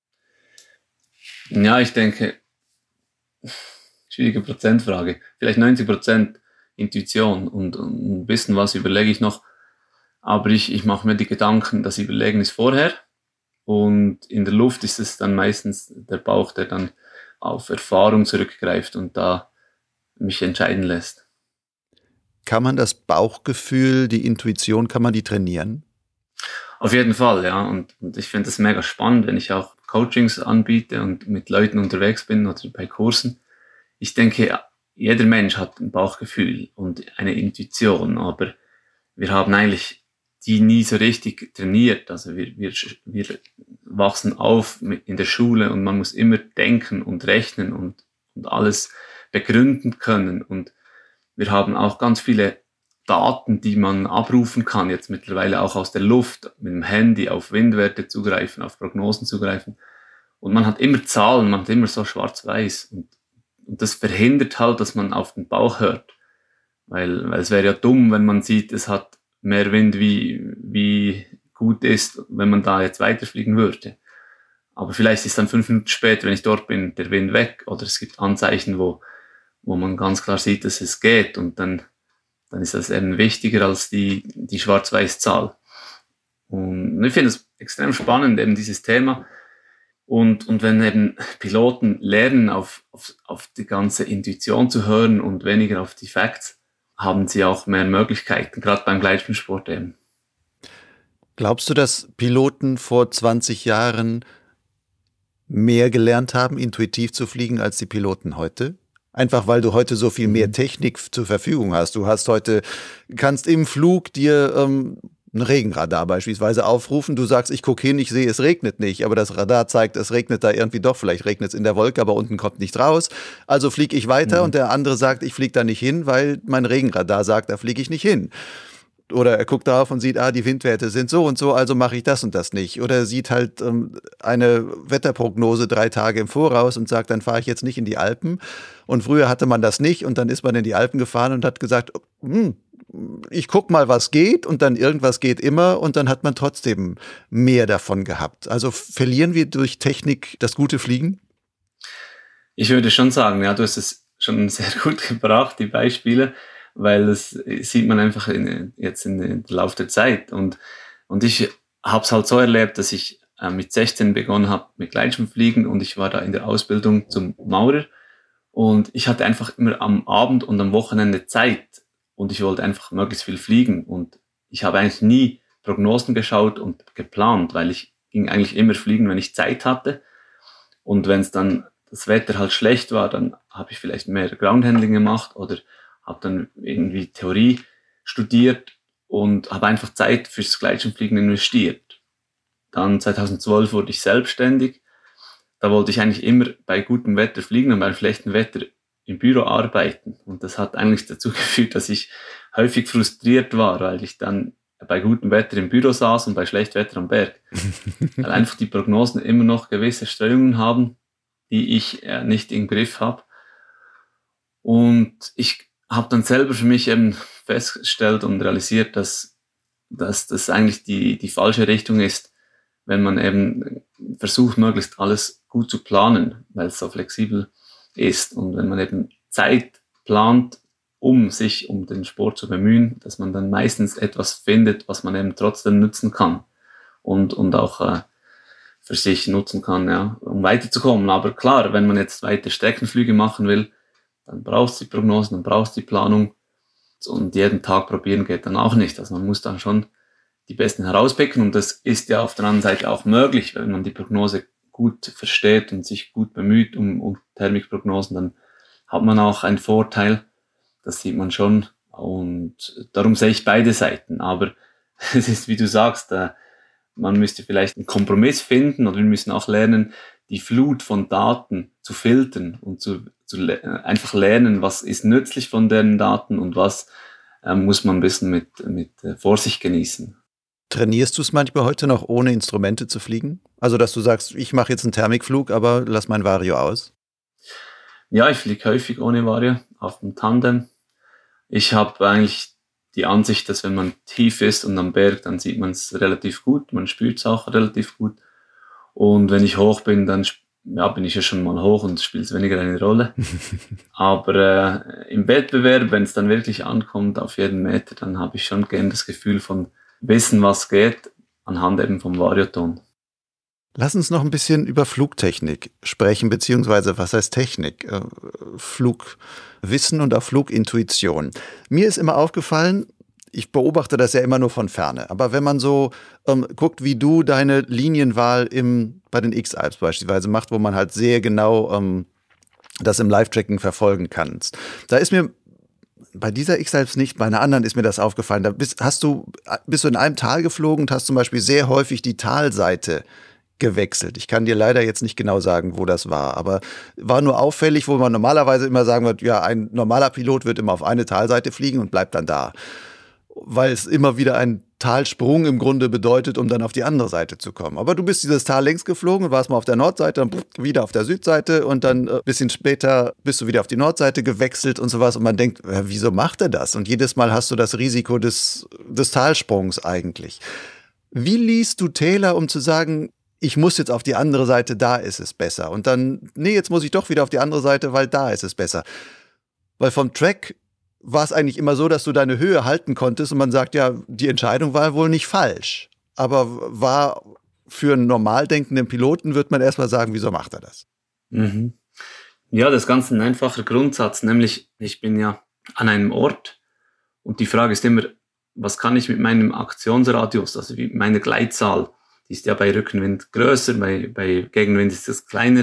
Ja, ich denke, schwierige Prozentfrage. Vielleicht 90% Intuition und ein bisschen was überlege ich noch. Aber ich mache mir die Gedanken, das Überlegen ist vorher Und in der Luft ist es dann meistens der Bauch, der dann auf Erfahrung zurückgreift und da mich entscheiden lässt. Kann man das Bauchgefühl, die Intuition, kann man die trainieren? Auf jeden Fall, ja. Und ich finde das mega spannend, wenn ich auch Coachings anbiete und mit Leuten unterwegs bin oder bei Kursen. Ich denke, jeder Mensch hat ein Bauchgefühl und eine Intuition, aber wir haben eigentlich die nie so richtig trainiert. Also wir wachsen auf in der Schule und man muss immer denken und rechnen und alles begründen können. Und wir haben auch ganz viele Daten, die man abrufen kann, jetzt mittlerweile auch aus der Luft, mit dem Handy auf Windwerte zugreifen, auf Prognosen zugreifen. Und man hat immer Zahlen, man hat immer so schwarz-weiß. Und das verhindert halt, dass man auf den Bauch hört. Weil es wäre ja dumm, wenn man sieht, es hat mehr Wind, wie gut ist, wenn man da jetzt weiterfliegen würde. Aber vielleicht ist dann 5 Minuten später, wenn ich dort bin, der Wind weg. Oder es gibt Anzeichen, wo man ganz klar sieht, dass es geht. Und dann ist das eben wichtiger als die Schwarz-Weiß-Zahl. Und ich finde es extrem spannend, eben dieses Thema. Und wenn eben Piloten lernen, auf die ganze Intuition zu hören und weniger auf die Facts, haben sie auch mehr Möglichkeiten, gerade beim Gleitschirmsport eben. Glaubst du, dass Piloten vor 20 Jahren mehr gelernt haben, intuitiv zu fliegen, als die Piloten heute? Einfach weil du heute so viel mehr Technik zur Verfügung hast. Kannst im Flug dir ein Regenradar beispielsweise aufrufen. Du sagst, ich gucke hin, ich sehe, es regnet nicht. Aber das Radar zeigt, es regnet da irgendwie doch. Vielleicht regnet es in der Wolke, aber unten kommt nichts raus. Also fliege ich weiter und der andere sagt, ich fliege da nicht hin, weil mein Regenradar sagt, da fliege ich nicht hin. Oder er guckt darauf und sieht, die Windwerte sind so und so, also mache ich das und das nicht. Oder er sieht halt eine Wetterprognose 3 Tage im Voraus und sagt, dann fahre ich jetzt nicht in die Alpen. Und früher hatte man das nicht und dann ist man in die Alpen gefahren und hat gesagt, ich guck mal, was geht, und dann irgendwas geht immer und dann hat man trotzdem mehr davon gehabt. Also verlieren wir durch Technik das gute Fliegen? Ich würde schon sagen, ja, du hast es schon sehr gut gebracht, die Beispiele, weil das sieht man einfach jetzt in der Lauf der Zeit. Und ich habe es halt so erlebt, dass ich mit 16 begonnen habe mit Gleitschirmfliegen und ich war da in der Ausbildung zum Maurer und ich hatte einfach immer am Abend und am Wochenende Zeit und ich wollte einfach möglichst viel fliegen und ich habe eigentlich nie Prognosen geschaut und geplant, weil ich ging eigentlich immer fliegen, wenn ich Zeit hatte, und wenn es dann das Wetter halt schlecht war, dann habe ich vielleicht mehr Groundhandling gemacht oder habe dann irgendwie Theorie studiert und habe einfach Zeit fürs Gleitschirmfliegen investiert. Dann 2012 wurde ich selbstständig. Da wollte ich eigentlich immer bei gutem Wetter fliegen und bei schlechtem Wetter im Büro arbeiten. Und das hat eigentlich dazu geführt, dass ich häufig frustriert war, weil ich dann bei gutem Wetter im Büro saß und bei schlechtem Wetter am Berg. Weil einfach die Prognosen immer noch gewisse Strömungen haben, die ich nicht im Griff habe. Und ich habe dann selber für mich eben festgestellt und realisiert, dass das eigentlich die falsche Richtung ist, wenn man eben versucht, möglichst alles gut zu planen, weil es so flexibel ist. Und wenn man eben Zeit plant, um sich um den Sport zu bemühen, dass man dann meistens etwas findet, was man eben trotzdem nutzen kann und auch für sich nutzen kann, ja, um weiterzukommen. Aber klar, wenn man jetzt weiter Streckenflüge machen will, dann brauchst du die Prognosen, dann brauchst du die Planung und jeden Tag probieren geht dann auch nicht. Also man muss dann schon die Besten herauspicken und das ist ja auf der anderen Seite auch möglich, wenn man die Prognose gut versteht und sich gut bemüht um Thermikprognosen, dann hat man auch einen Vorteil, das sieht man schon und darum sehe ich beide Seiten, aber es ist, wie du sagst, man müsste vielleicht einen Kompromiss finden oder wir müssen auch lernen, die Flut von Daten zu filtern und einfach lernen, was ist nützlich von den Daten und was muss man ein bisschen mit Vorsicht genießen. Trainierst du es manchmal heute noch, ohne Instrumente zu fliegen? Also, dass du sagst, ich mache jetzt einen Thermikflug, aber lass mein Vario aus? Ja, ich fliege häufig ohne Vario auf dem Tandem. Ich habe eigentlich die Ansicht, dass wenn man tief ist und am Berg, dann sieht man es relativ gut, man spürt es auch relativ gut. Und wenn ich hoch bin, dann bin ich ja schon mal hoch und spielt es weniger eine Rolle. Aber im Wettbewerb, wenn es dann wirklich ankommt auf jeden Meter, dann habe ich schon gern das Gefühl von Wissen, was geht, anhand eben vom Varioton. Lass uns noch ein bisschen über Flugtechnik sprechen, beziehungsweise was heißt Technik? Flugwissen und auch Flugintuition. Mir ist immer aufgefallen, ich beobachte das ja immer nur von Ferne, aber wenn man so guckt, wie du deine Linienwahl bei den X-Alps beispielsweise macht, wo man halt sehr genau das im Live-Tracking verfolgen kannst, da ist mir bei dieser X-Alps nicht, bei einer anderen ist mir das aufgefallen. Da bist du in einem Tal geflogen und hast zum Beispiel sehr häufig die Talseite gewechselt. Ich kann dir leider jetzt nicht genau sagen, wo das war, aber war nur auffällig, wo man normalerweise immer sagen wird, ja, ein normaler Pilot wird immer auf eine Talseite fliegen und bleibt dann da, weil es immer wieder ein Talsprung im Grunde bedeutet, um dann auf die andere Seite zu kommen. Aber du bist dieses Tal längs geflogen und warst mal auf der Nordseite, dann wieder auf der Südseite und dann ein bisschen später bist du wieder auf die Nordseite gewechselt und sowas und man denkt, wieso macht er das? Und jedes Mal hast du das Risiko des Talsprungs eigentlich. Wie liest du Täler, um zu sagen, ich muss jetzt auf die andere Seite, da ist es besser. Und dann, nee, jetzt muss ich doch wieder auf die andere Seite, weil da ist es besser. Weil vom Track war es eigentlich immer so, dass du deine Höhe halten konntest und man sagt, ja, die Entscheidung war wohl nicht falsch. Aber war für einen normal denkenden Piloten, wird man erstmal sagen, wieso macht er das? Mhm. Ja, das ist ganz ein einfacher Grundsatz, nämlich ich bin ja an einem Ort und die Frage ist immer, was kann ich mit meinem Aktionsradius, also wie meine Gleitzahl, die ist ja bei Rückenwind größer, bei Gegenwind ist es kleiner.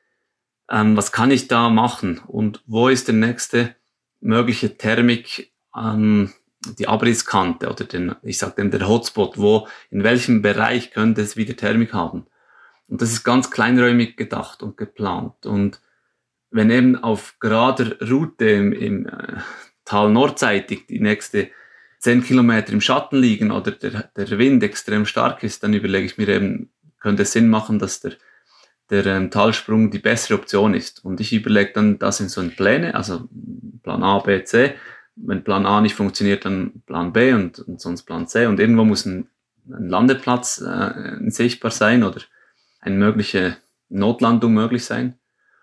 Was kann ich da machen? Und wo ist der nächste mögliche Thermik, die Abrisskante oder der Hotspot, in welchem Bereich könnte es wieder Thermik haben? Und das ist ganz kleinräumig gedacht und geplant. Und wenn eben auf gerader Route im Tal nordseitig die nächste 10 Kilometer im Schatten liegen oder der Wind extrem stark ist, dann überlege ich mir eben, könnte es Sinn machen, dass der Talsprung die bessere Option ist. Und ich überlege dann das in so eine Pläne, also Plan A, B, C. Wenn Plan A nicht funktioniert, dann Plan B und sonst Plan C. Und irgendwo muss ein Landeplatz sichtbar sein oder eine mögliche Notlandung möglich sein.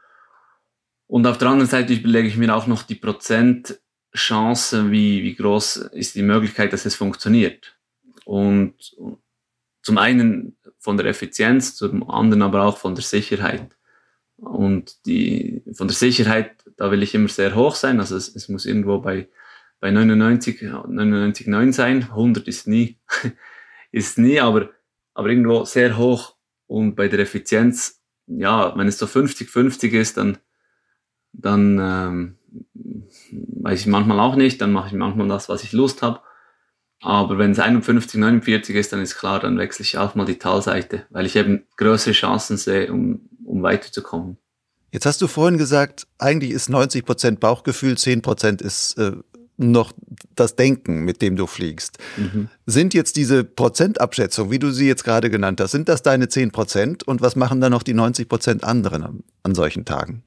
Und auf der anderen Seite überlege ich mir auch noch die Prozentchance, wie groß ist die Möglichkeit, dass es funktioniert. Und zum einen von der Effizienz, zum anderen aber auch von der Sicherheit. Und von der Sicherheit, da will ich immer sehr hoch sein, also es muss irgendwo bei 99,9 sein, 100 ist nie, aber irgendwo sehr hoch. Und bei der Effizienz, ja, wenn es so 50-50 ist, dann weiß ich manchmal auch nicht, dann mache ich manchmal das, was ich Lust habe. Aber wenn es 51-49 ist, dann ist klar, dann wechsle ich auch mal die Talseite, weil ich eben größere Chancen sehe, um weiterzukommen. Jetzt hast du vorhin gesagt, eigentlich ist 90% Bauchgefühl, 10% ist noch das Denken, mit dem du fliegst. Mhm. Sind jetzt diese Prozentabschätzung, wie du sie jetzt gerade genannt hast, sind das deine 10%? Und was machen dann noch die 90% anderen an solchen Tagen?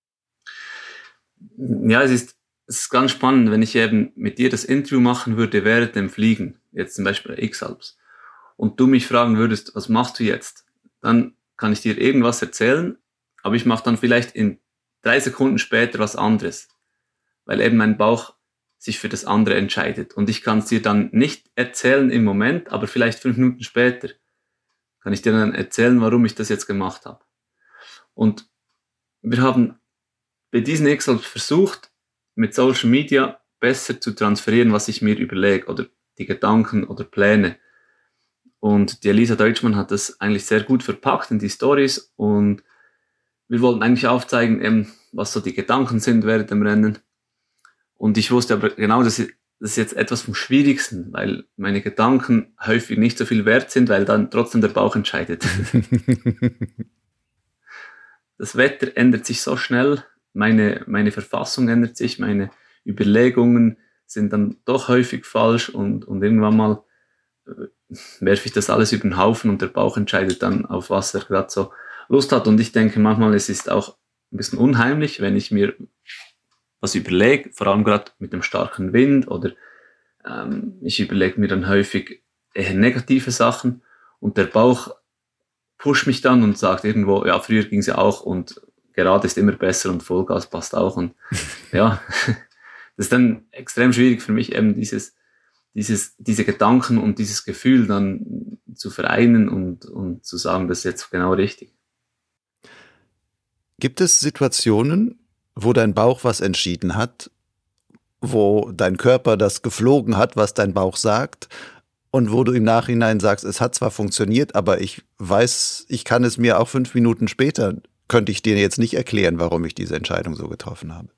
Ja, es ist ganz spannend, wenn ich eben mit dir das Interview machen würde während dem Fliegen, jetzt zum Beispiel X-Alps, und du mich fragen würdest, was machst du jetzt? Dann kann ich dir irgendwas erzählen, aber ich mache dann vielleicht in 3 Sekunden später was anderes, weil eben mein Bauch sich für das andere entscheidet. Und ich kann es dir dann nicht erzählen im Moment, aber vielleicht 5 Minuten später kann ich dir dann erzählen, warum ich das jetzt gemacht habe. Und wir haben bei diesen X-Alps versucht, mit Social Media besser zu transferieren, was ich mir überlege oder die Gedanken oder Pläne. Und die Elisa Deutschmann hat das eigentlich sehr gut verpackt in die Stories und wir wollten eigentlich aufzeigen, eben, was so die Gedanken sind während dem Rennen. Und ich wusste aber genau, das ist jetzt etwas vom Schwierigsten, weil meine Gedanken häufig nicht so viel wert sind, weil dann trotzdem der Bauch entscheidet. Das Wetter ändert sich so schnell, meine Verfassung ändert sich, meine Überlegungen sind dann doch häufig falsch und irgendwann mal werfe ich das alles über den Haufen und der Bauch entscheidet dann, auf was er gerade so Lust hat. Und ich denke manchmal, es ist auch ein bisschen unheimlich, wenn ich mir was überlege, vor allem gerade mit dem starken Wind oder ich überlege mir dann häufig eher negative Sachen und der Bauch pusht mich dann und sagt irgendwo, ja, früher ging es ja auch und gerade ist immer besser und Vollgas passt auch und ja, das ist dann extrem schwierig für mich eben dieses diese Gedanken und dieses Gefühl dann zu vereinen und zu sagen, das ist jetzt genau richtig. Gibt es Situationen, wo dein Bauch was entschieden hat, wo dein Körper das geflogen hat, was dein Bauch sagt, und wo du im Nachhinein sagst, es hat zwar funktioniert, aber ich weiß, ich kann es mir auch 5 Minuten später, könnte ich dir jetzt nicht erklären, warum ich diese Entscheidung so getroffen habe?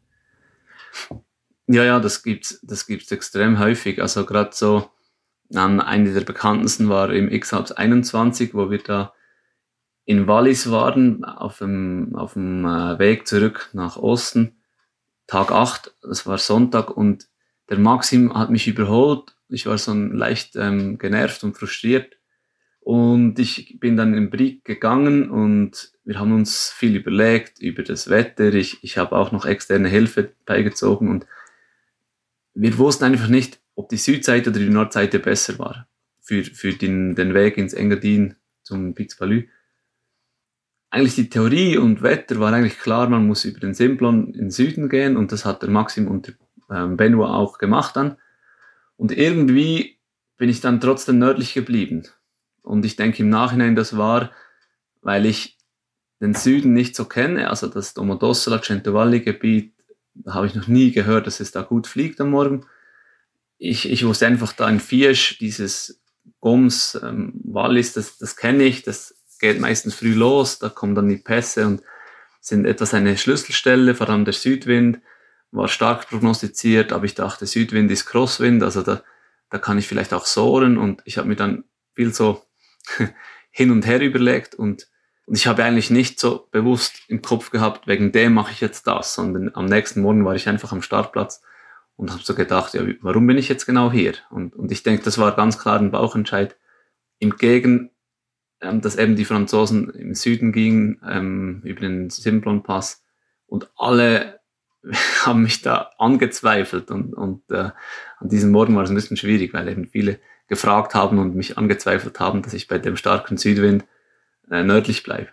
Ja, das gibt's extrem häufig. Also gerade so, eine der bekanntesten war im X-Alps 21, wo wir da in Wallis waren, auf dem Weg zurück nach Osten, Tag 8, das war Sonntag, und der Maxim hat mich überholt. Ich war so leicht genervt und frustriert, und ich bin dann in den Brig gegangen und wir haben uns viel überlegt über das Wetter. Ich habe auch noch externe Hilfe beigezogen und wir wussten einfach nicht, ob die Südseite oder die Nordseite besser war für den Weg ins Engadin zum Piz Palu. Eigentlich die Theorie und Wetter war eigentlich klar, man muss über den Simplon in den Süden gehen, und das hat der Maxim und der Benoit auch gemacht dann. Und irgendwie bin ich dann trotzdem nördlich geblieben. Und ich denke im Nachhinein, das war, weil ich den Süden nicht so kenne, also das Domodossola, Centovalli-Gebiet, da habe ich noch nie gehört, dass es da gut fliegt am Morgen. Ich wusste einfach, da in Fiesch, dieses Goms, Wallis, das kenne ich, das geht meistens früh los, da kommen dann die Pässe und sind etwas eine Schlüsselstelle, vor allem der Südwind war stark prognostiziert, aber ich dachte, Südwind ist Crosswind, also da kann ich vielleicht auch soaren, und ich habe mir dann viel so hin und her überlegt, und ich habe eigentlich nicht so bewusst im Kopf gehabt, wegen dem mache ich jetzt das, sondern am nächsten Morgen war ich einfach am Startplatz und habe so gedacht, ja, warum bin ich jetzt genau hier? Und ich denke, das war ganz klar ein Bauchentscheid. Im dass eben die Franzosen im Süden gingen, über den Simplon-Pass, und alle haben mich da angezweifelt, und an diesem Morgen war es ein bisschen schwierig, weil eben viele gefragt haben und mich angezweifelt haben, dass ich bei dem starken Südwind nördlich bleibe.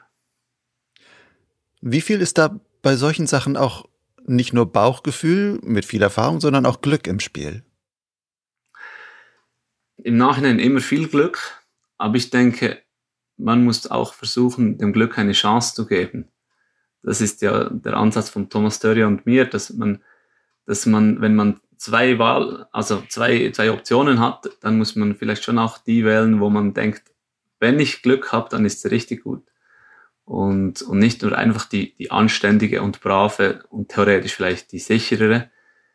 Wie viel ist da bei solchen Sachen auch nicht nur Bauchgefühl mit viel Erfahrung, sondern auch Glück im Spiel? Im Nachhinein immer viel Glück, aber ich denke, man muss auch versuchen, dem Glück eine Chance zu geben. Das ist ja der Ansatz von Thomas Dörrier und mir, dass man, wenn man zwei Optionen hat, dann muss man vielleicht schon auch die wählen, wo man denkt, wenn ich Glück habe, dann ist es richtig gut. Und nicht nur einfach die anständige und brave und theoretisch vielleicht die sicherere,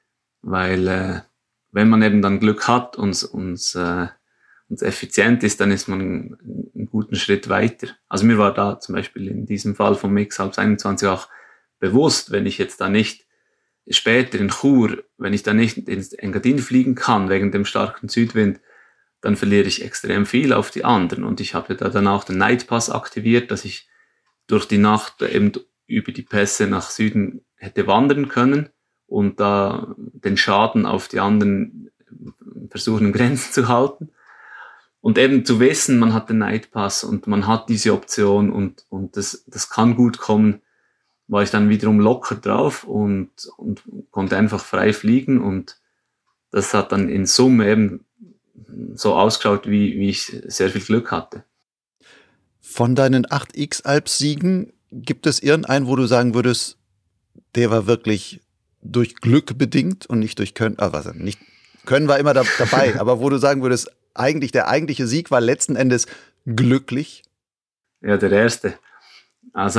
weil wenn man eben dann Glück hat und effizient ist, dann ist man einen guten Schritt weiter. Also mir war da zum Beispiel in diesem Fall vom X-Alps 21 auch bewusst, wenn ich jetzt da nicht später in Chur, wenn ich da nicht ins Engadin fliegen kann wegen dem starken Südwind, dann verliere ich extrem viel auf die anderen. Und ich habe da dann auch den Night Pass aktiviert, dass ich durch die Nacht eben über die Pässe nach Süden hätte wandern können und da den Schaden auf die anderen versuchen, in Grenzen zu halten. Und eben zu wissen, man hat den Night Pass und man hat diese Option und das kann gut kommen, war ich dann wiederum locker drauf und konnte einfach frei fliegen, und das hat dann in Summe eben so ausgeschaut, wie ich sehr viel Glück hatte. Von deinen 8 X-Alps-Siegen gibt es irgendeinen, wo du sagen würdest, der war wirklich durch Glück bedingt und nicht durch Können? Nicht Können war immer dabei, aber wo du sagen würdest, der eigentliche Sieg war letzten Endes glücklich? Ja, der erste. Also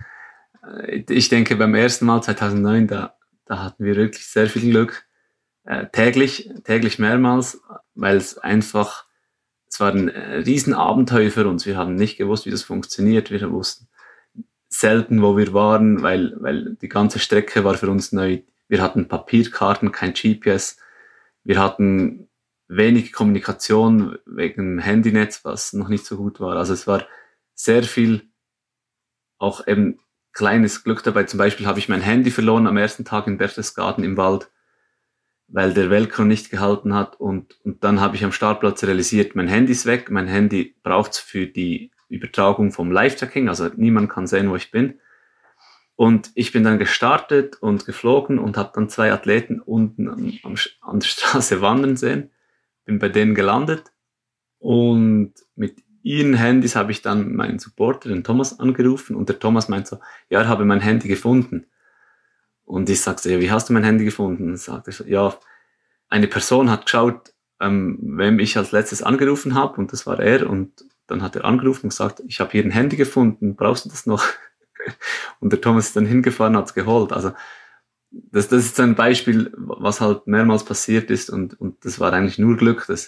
ich denke, beim ersten Mal 2009, da hatten wir wirklich sehr viel Glück. Täglich mehrmals, weil es war ein Riesenabenteuer für uns. Wir haben nicht gewusst, wie das funktioniert. Wir wussten selten, wo wir waren, weil die ganze Strecke war für uns neu. Wir hatten Papierkarten, kein GPS. Wir hatten wenig Kommunikation wegen dem Handynetz, was noch nicht so gut war. Also es war sehr viel auch eben kleines Glück dabei. Zum Beispiel habe ich mein Handy verloren am ersten Tag in Berchtesgaden im Wald, weil der Velcro nicht gehalten hat, und dann habe ich am Startplatz realisiert, mein Handy ist weg, mein Handy braucht es für die Übertragung vom Live-Tracking, also niemand kann sehen, wo ich bin. Und ich bin dann gestartet und geflogen und habe dann 2 Athleten unten an der Straße wandern sehen. bin bei denen gelandet und mit ihren Handys habe ich dann meinen Supporter, den Thomas, angerufen und der Thomas meint so, ja, er habe mein Handy gefunden. Und ich sagte, ja, wie hast du mein Handy gefunden? Und sagte er so, ja, eine Person hat geschaut, wem ich als letztes angerufen habe und das war er und dann hat er angerufen und gesagt, ich habe hier ein Handy gefunden, brauchst du das noch? Und der Thomas ist dann hingefahren, hat es geholt. Also das ist so ein Beispiel, was halt mehrmals passiert ist und das war eigentlich nur Glück, dass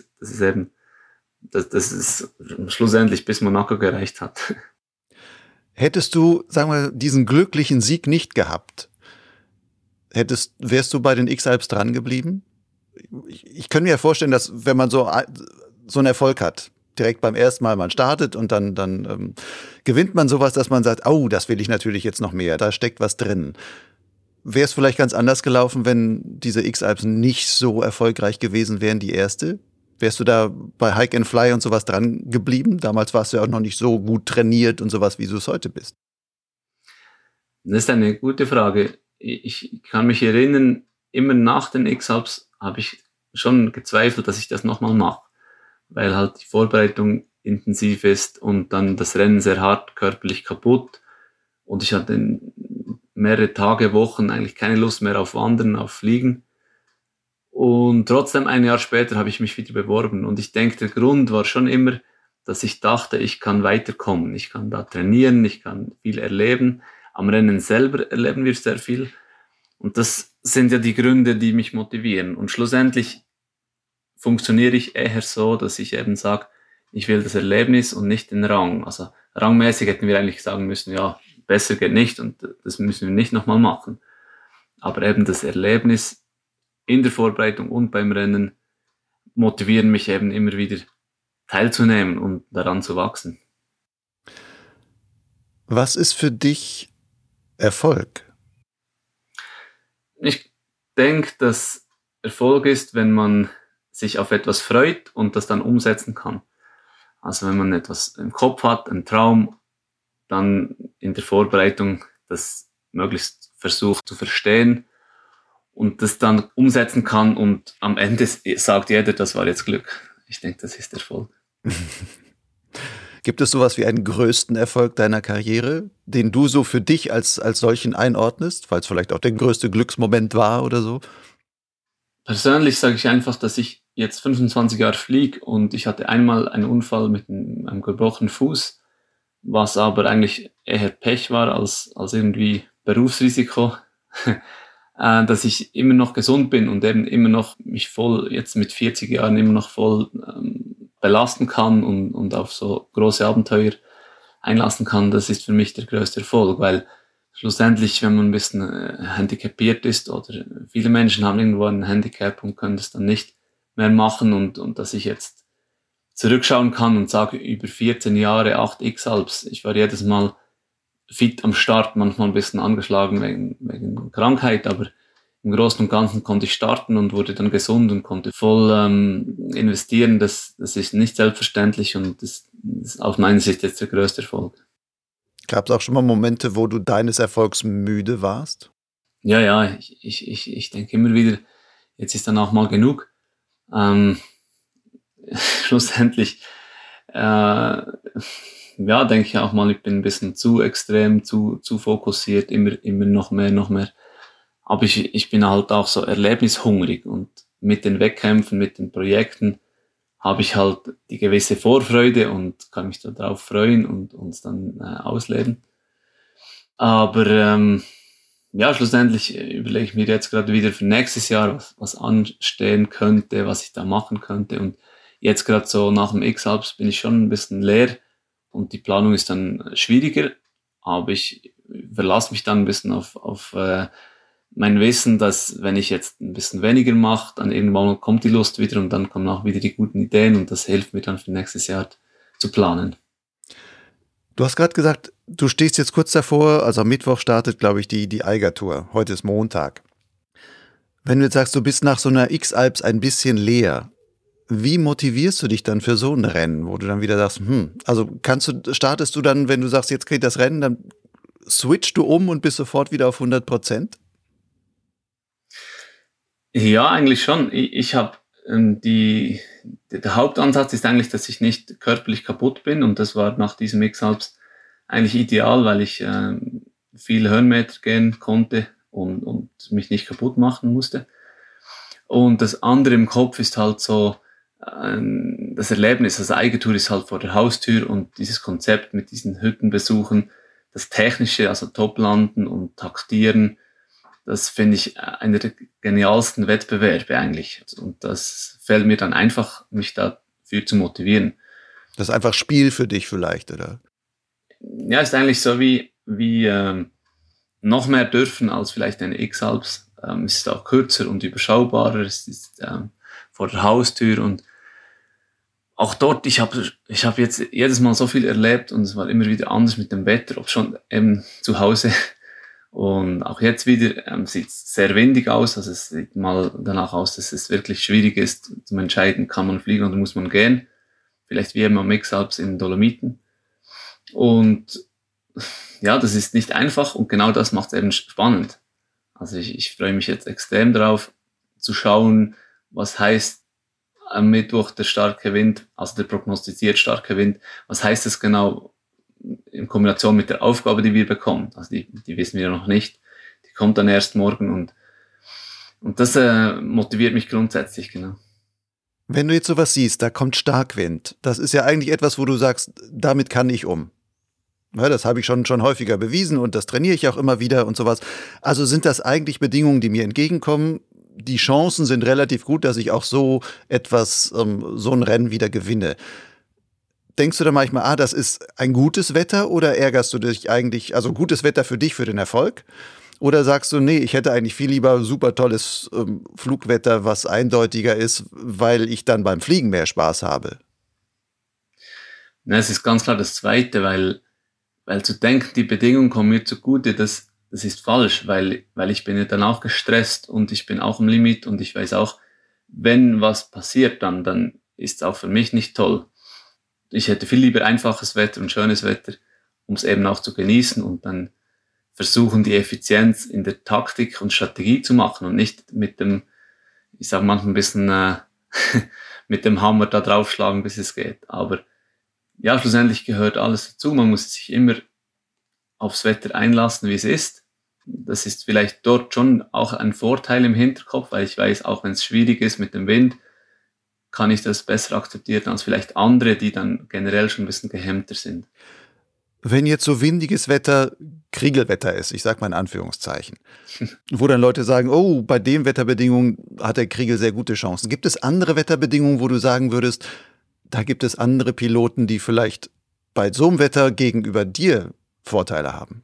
es schlussendlich bis Monaco gereicht hat. Hättest du, sagen wir, diesen glücklichen Sieg nicht gehabt, wärst du bei den X-Alps dran geblieben? Ich könnte mir ja vorstellen, dass wenn man so einen Erfolg hat, direkt beim ersten Mal man startet und dann gewinnt man sowas, dass man sagt, oh, das will ich natürlich jetzt noch mehr, da steckt was drin. Wäre es vielleicht ganz anders gelaufen, wenn diese X-Alps nicht so erfolgreich gewesen wären, die erste? Wärst du da bei Hike and Fly und sowas dran geblieben? Damals warst du ja auch noch nicht so gut trainiert und sowas, wie du es heute bist. Das ist eine gute Frage. Ich kann mich erinnern, immer nach den X-Alps habe ich schon gezweifelt, dass ich das nochmal mache, weil halt die Vorbereitung intensiv ist und dann das Rennen sehr hart körperlich kaputt und ich hatte mehrere Tage, Wochen eigentlich keine Lust mehr auf Wandern, auf Fliegen. Und trotzdem, ein Jahr später habe ich mich wieder beworben. Und ich denke, der Grund war schon immer, dass ich dachte, ich kann weiterkommen. Ich kann da trainieren, ich kann viel erleben. Am Rennen selber erleben wir sehr viel. Und das sind ja die Gründe, die mich motivieren. Und schlussendlich funktioniere ich eher so, dass ich eben sage, ich will das Erlebnis und nicht den Rang. Also rangmäßig hätten wir eigentlich sagen müssen, ja, besser geht nicht und das müssen wir nicht nochmal machen. Aber eben das Erlebnis in der Vorbereitung und beim Rennen motivieren mich eben immer wieder teilzunehmen und daran zu wachsen. Was ist für dich Erfolg? Ich denke, dass Erfolg ist, wenn man sich auf etwas freut und das dann umsetzen kann. Also wenn man etwas im Kopf hat, einen Traum, dann in der Vorbereitung das möglichst versucht zu verstehen und das dann umsetzen kann und am Ende sagt jeder, das war jetzt Glück. Ich denke, das ist Erfolg. Gibt es sowas wie einen größten Erfolg deiner Karriere, den du so für dich als solchen einordnest, weil es vielleicht auch der größte Glücksmoment war oder so? Persönlich sage ich einfach, dass ich jetzt 25 Jahre fliege und ich hatte einmal einen Unfall mit einem gebrochenen Fuß, was aber eigentlich eher Pech war als irgendwie Berufsrisiko, dass ich immer noch gesund bin und eben immer noch mich voll, jetzt mit 40 Jahren immer noch voll belasten kann und auf so große Abenteuer einlassen kann. Das ist für mich der größte Erfolg, weil schlussendlich, wenn man ein bisschen handicapiert ist oder viele Menschen haben irgendwo ein Handicap und können das dann nicht mehr machen und dass ich jetzt zurückschauen kann und sage, über 14 Jahre, 8 X-Alps, ich war jedes Mal fit am Start, manchmal ein bisschen angeschlagen wegen Krankheit, aber im Großen und Ganzen konnte ich starten und wurde dann gesund und konnte voll investieren. Das ist nicht selbstverständlich und das ist aus meiner Sicht jetzt der größte Erfolg. Gab es auch schon mal Momente, wo du deines Erfolgs müde warst? Ja, ich denke immer wieder, jetzt ist dann auch mal genug. Schlussendlich, denke ich auch mal, ich bin ein bisschen zu extrem, zu fokussiert, immer noch mehr. Aber ich bin halt auch so erlebnishungrig und mit den Wettkämpfen, mit den Projekten habe ich halt die gewisse Vorfreude und kann mich darauf freuen und uns dann ausleben. Aber schlussendlich überlege ich mir jetzt gerade wieder für nächstes Jahr, was anstehen könnte, was ich da machen könnte. Und jetzt gerade so nach dem X-Alps bin ich schon ein bisschen leer und die Planung ist dann schwieriger. Aber ich verlasse mich dann ein bisschen auf mein Wissen, dass wenn ich jetzt ein bisschen weniger mache, dann irgendwann kommt die Lust wieder und dann kommen auch wieder die guten Ideen und das hilft mir dann für nächstes Jahr zu planen. Du hast gerade gesagt, du stehst jetzt kurz davor, also am Mittwoch startet, glaube ich, die Eiger-Tour. Heute ist Montag. Wenn du jetzt sagst, du bist nach so einer X-Alps ein bisschen leer, wie motivierst du dich dann für so ein Rennen, wo du dann wieder sagst, startest du dann, wenn du sagst, jetzt geht das Rennen, dann switchst du um und bist sofort wieder auf 100%? Ja, eigentlich schon. Ich habe der Hauptansatz ist eigentlich, dass ich nicht körperlich kaputt bin, und das war nach diesem X-Alps eigentlich ideal, weil ich viele Höhenmeter gehen konnte und mich nicht kaputt machen musste. Und das andere im Kopf ist halt so, das Erlebnis, das Eigertour ist halt vor der Haustür, und dieses Konzept mit diesen Hüttenbesuchen, das Technische, also Toplanden und Taktieren, das finde ich einer der genialsten Wettbewerbe eigentlich. Und das fällt mir dann einfach, mich dafür zu motivieren. Das ist einfach Spiel für dich vielleicht, oder? Ja, ist eigentlich so wie noch mehr dürfen als vielleicht eine X-Alps. Es ist auch kürzer und überschaubarer. Es ist vor der Haustür, und auch dort, ich habe jetzt jedes Mal so viel erlebt, und es war immer wieder anders mit dem Wetter, ob schon zu Hause. Und auch jetzt wieder sieht es sehr windig aus. Also es sieht mal danach aus, dass es wirklich schwierig ist, zu entscheiden, kann man fliegen oder muss man gehen. Vielleicht wie immer am X-Alps in den Dolomiten. Und ja, das ist nicht einfach, und genau das macht es eben spannend. Also ich freue mich jetzt extrem darauf, zu schauen, was heißt am Mittwoch der starke Wind, also der prognostiziert starke Wind, was heißt das genau in Kombination mit der Aufgabe, die wir bekommen. Also die wissen wir noch nicht. Die kommt dann erst morgen, und das motiviert mich grundsätzlich, genau. Wenn du jetzt sowas siehst, da kommt Starkwind, das ist ja eigentlich etwas, wo du sagst, damit kann ich um. Ja, das habe ich schon häufiger bewiesen, und das trainiere ich auch immer wieder und sowas. Also sind das eigentlich Bedingungen, die mir entgegenkommen. Die Chancen sind relativ gut, dass ich auch so ein Rennen wieder gewinne. Denkst du da manchmal, das ist ein gutes Wetter, oder ärgerst du dich eigentlich, also gutes Wetter für dich, für den Erfolg? Oder sagst du, nee, ich hätte eigentlich viel lieber super tolles Flugwetter, was eindeutiger ist, weil ich dann beim Fliegen mehr Spaß habe? Na, es ist ganz klar das Zweite, weil zu denken, die Bedingungen kommen mir zugute, das ist falsch, weil ich bin ja dann auch gestresst, und ich bin auch im Limit, und ich weiß auch, wenn was passiert, dann ist es auch für mich nicht toll. Ich hätte viel lieber einfaches Wetter und schönes Wetter, um es eben auch zu genießen, und dann versuchen, die Effizienz in der Taktik und Strategie zu machen, und nicht mit dem, ich sage manchmal ein bisschen, mit dem Hammer da draufschlagen, bis es geht. Aber ja, schlussendlich gehört alles dazu. Man muss sich immer aufs Wetter einlassen, wie es ist. Das ist vielleicht dort schon auch ein Vorteil im Hinterkopf, weil ich weiß, auch wenn es schwierig ist mit dem Wind, kann ich das besser akzeptieren als vielleicht andere, die dann generell schon ein bisschen gehemmter sind. Wenn jetzt so windiges Wetter Kriegelwetter ist, ich sag mal in Anführungszeichen, wo dann Leute sagen, oh, bei den Wetterbedingungen hat der Kriegel sehr gute Chancen. Gibt es andere Wetterbedingungen, wo du sagen würdest, da gibt es andere Piloten, die vielleicht bei so einem Wetter gegenüber dir Vorteile haben?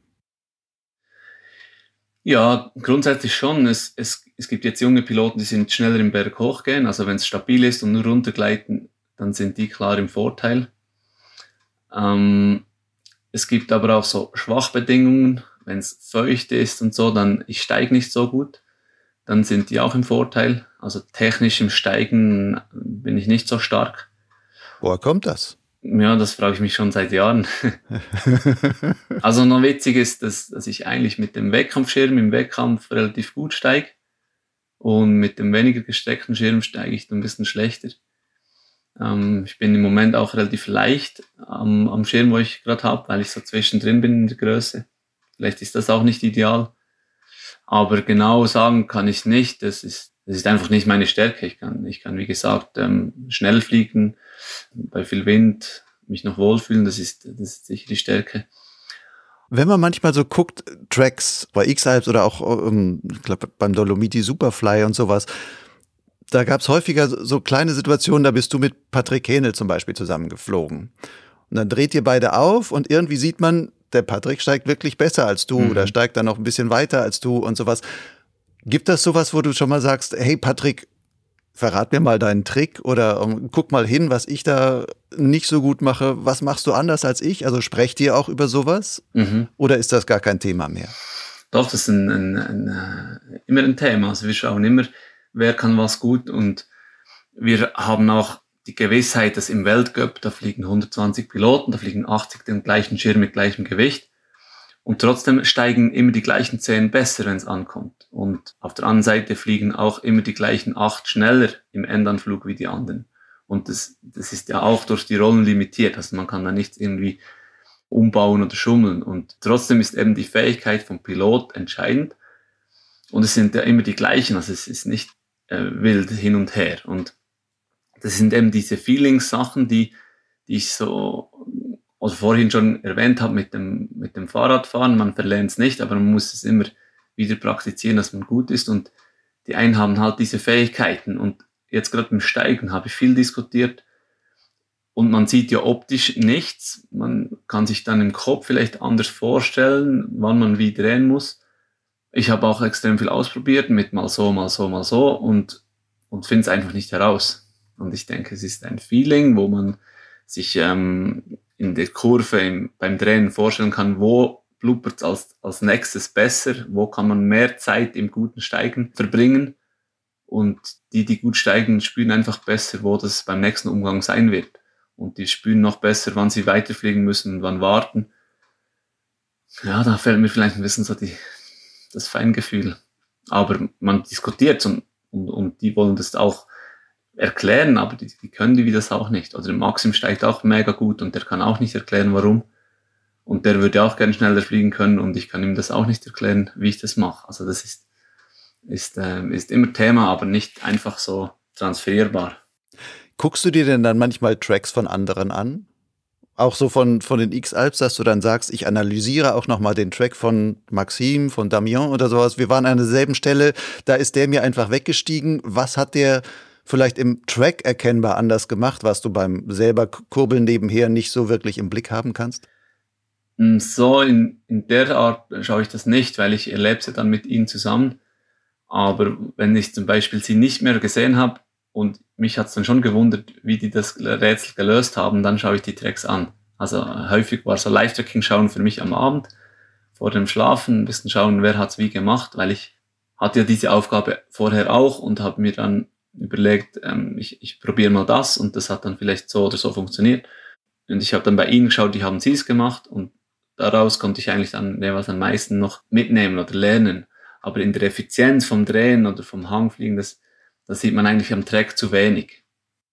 Ja, grundsätzlich schon. Es gibt jetzt junge Piloten, die sind schneller im Berg hochgehen. Also wenn es stabil ist und nur runtergleiten, dann sind die klar im Vorteil. Es gibt aber auch so Schwachbedingungen. Wenn es feucht ist und so, dann ich steige nicht so gut. Dann sind die auch im Vorteil. Also technisch im Steigen bin ich nicht so stark. Woher kommt das? Ja, das frage ich mich schon seit Jahren. Also noch witzig ist, dass ich eigentlich mit dem Wettkampfschirm im Wettkampf relativ gut steige, und mit dem weniger gestreckten Schirm steige ich dann ein bisschen schlechter. Ich bin im Moment auch relativ leicht am Schirm, wo ich gerade habe, weil ich so zwischendrin bin in der Größe. Vielleicht ist das auch nicht ideal. Aber genau sagen kann ich nicht. Das ist einfach nicht meine Stärke. Ich kann wie gesagt, schnell fliegen, bei viel Wind mich noch wohlfühlen. Das ist sicher die Stärke. Wenn man manchmal so guckt, Tracks bei X-Alps oder auch ich glaube, beim Dolomiti Superfly und sowas, da gab es häufiger so kleine Situationen, da bist du mit Patrick Hähnel zum Beispiel zusammengeflogen. Und dann dreht ihr beide auf, und irgendwie sieht man, der Patrick steigt wirklich besser als du oder steigt dann noch ein bisschen weiter als du und sowas. Gibt das sowas, wo du schon mal sagst, hey Patrick, verrat mir mal deinen Trick, oder guck mal hin, was ich da nicht so gut mache. Was machst du anders als ich? Also sprecht ihr auch über sowas? Oder ist das gar kein Thema mehr? Doch, das ist immer ein Thema. Also wir schauen immer, wer kann was gut, und wir haben auch die Gewissheit, dass im Weltcup, da fliegen 120 Piloten, da fliegen 80 den gleichen Schirm mit gleichem Gewicht, Und trotzdem steigen immer die gleichen 10 besser, wenn es ankommt. Und auf der anderen Seite fliegen auch immer die gleichen 8 schneller im Endanflug wie die anderen. Und das ist ja auch durch die Rollen limitiert. Also man kann da nichts irgendwie umbauen oder schummeln. Und trotzdem ist eben die Fähigkeit vom Pilot entscheidend. Und es sind ja immer die gleichen. Also es ist nicht wild hin und her. Und das sind eben diese Feelings-Sachen, die ich so, also vorhin schon erwähnt habe mit dem Fahrradfahren. Man verlernt es nicht, aber man muss es immer wieder praktizieren, dass man gut ist. Und die einen haben halt diese Fähigkeiten. Und jetzt gerade beim Steigen habe ich viel diskutiert. Und man sieht ja optisch nichts. Man kann sich dann im Kopf vielleicht anders vorstellen, wann man wie drehen muss. Ich habe auch extrem viel ausprobiert mit mal so, mal so, mal so und finde es einfach nicht heraus. Und ich denke, es ist ein Feeling, wo man sich in der Kurve beim Drehen vorstellen kann, wo blubbert es als nächstes besser, wo kann man mehr Zeit im guten Steigen verbringen. Und die gut steigen, spüren einfach besser, wo das beim nächsten Umgang sein wird. Und die spüren noch besser, wann sie weiterfliegen müssen und wann warten. Ja, da fällt mir vielleicht ein bisschen so das Feingefühl. Aber man diskutiert und die wollen das auch erklären, aber die können wie das auch nicht. Oder Maxim steigt auch mega gut und der kann auch nicht erklären, warum. Und der würde auch gerne schneller fliegen können und ich kann ihm das auch nicht erklären, wie ich das mache. Also das ist immer Thema, aber nicht einfach so transferierbar. Guckst du dir denn dann manchmal Tracks von anderen an? Auch so von den X-Alps, dass du dann sagst, ich analysiere auch nochmal den Track von Maxime, von Damien oder sowas. Wir waren an derselben Stelle, da ist der mir einfach weggestiegen. Was hat der vielleicht im Track erkennbar anders gemacht, was du beim selber Kurbeln nebenher nicht so wirklich im Blick haben kannst? So in der Art schaue ich das nicht, weil ich erlebe sie dann mit ihnen zusammen. Aber wenn ich zum Beispiel sie nicht mehr gesehen habe und mich hat es dann schon gewundert, wie die das Rätsel gelöst haben, dann schaue ich die Tracks an. Also häufig war so Live-Tracking schauen für mich am Abend, vor dem Schlafen, ein bisschen schauen, wer hat's wie gemacht, weil ich hatte ja diese Aufgabe vorher auch und habe mir dann überlegt, ich probiere mal das und das hat dann vielleicht so oder so funktioniert. Und ich habe dann bei ihnen geschaut, wie haben sie es gemacht und daraus konnte ich eigentlich dann jeweils am meisten noch mitnehmen oder lernen. Aber in der Effizienz vom Drehen oder vom Hangfliegen, das sieht man eigentlich am Track zu wenig.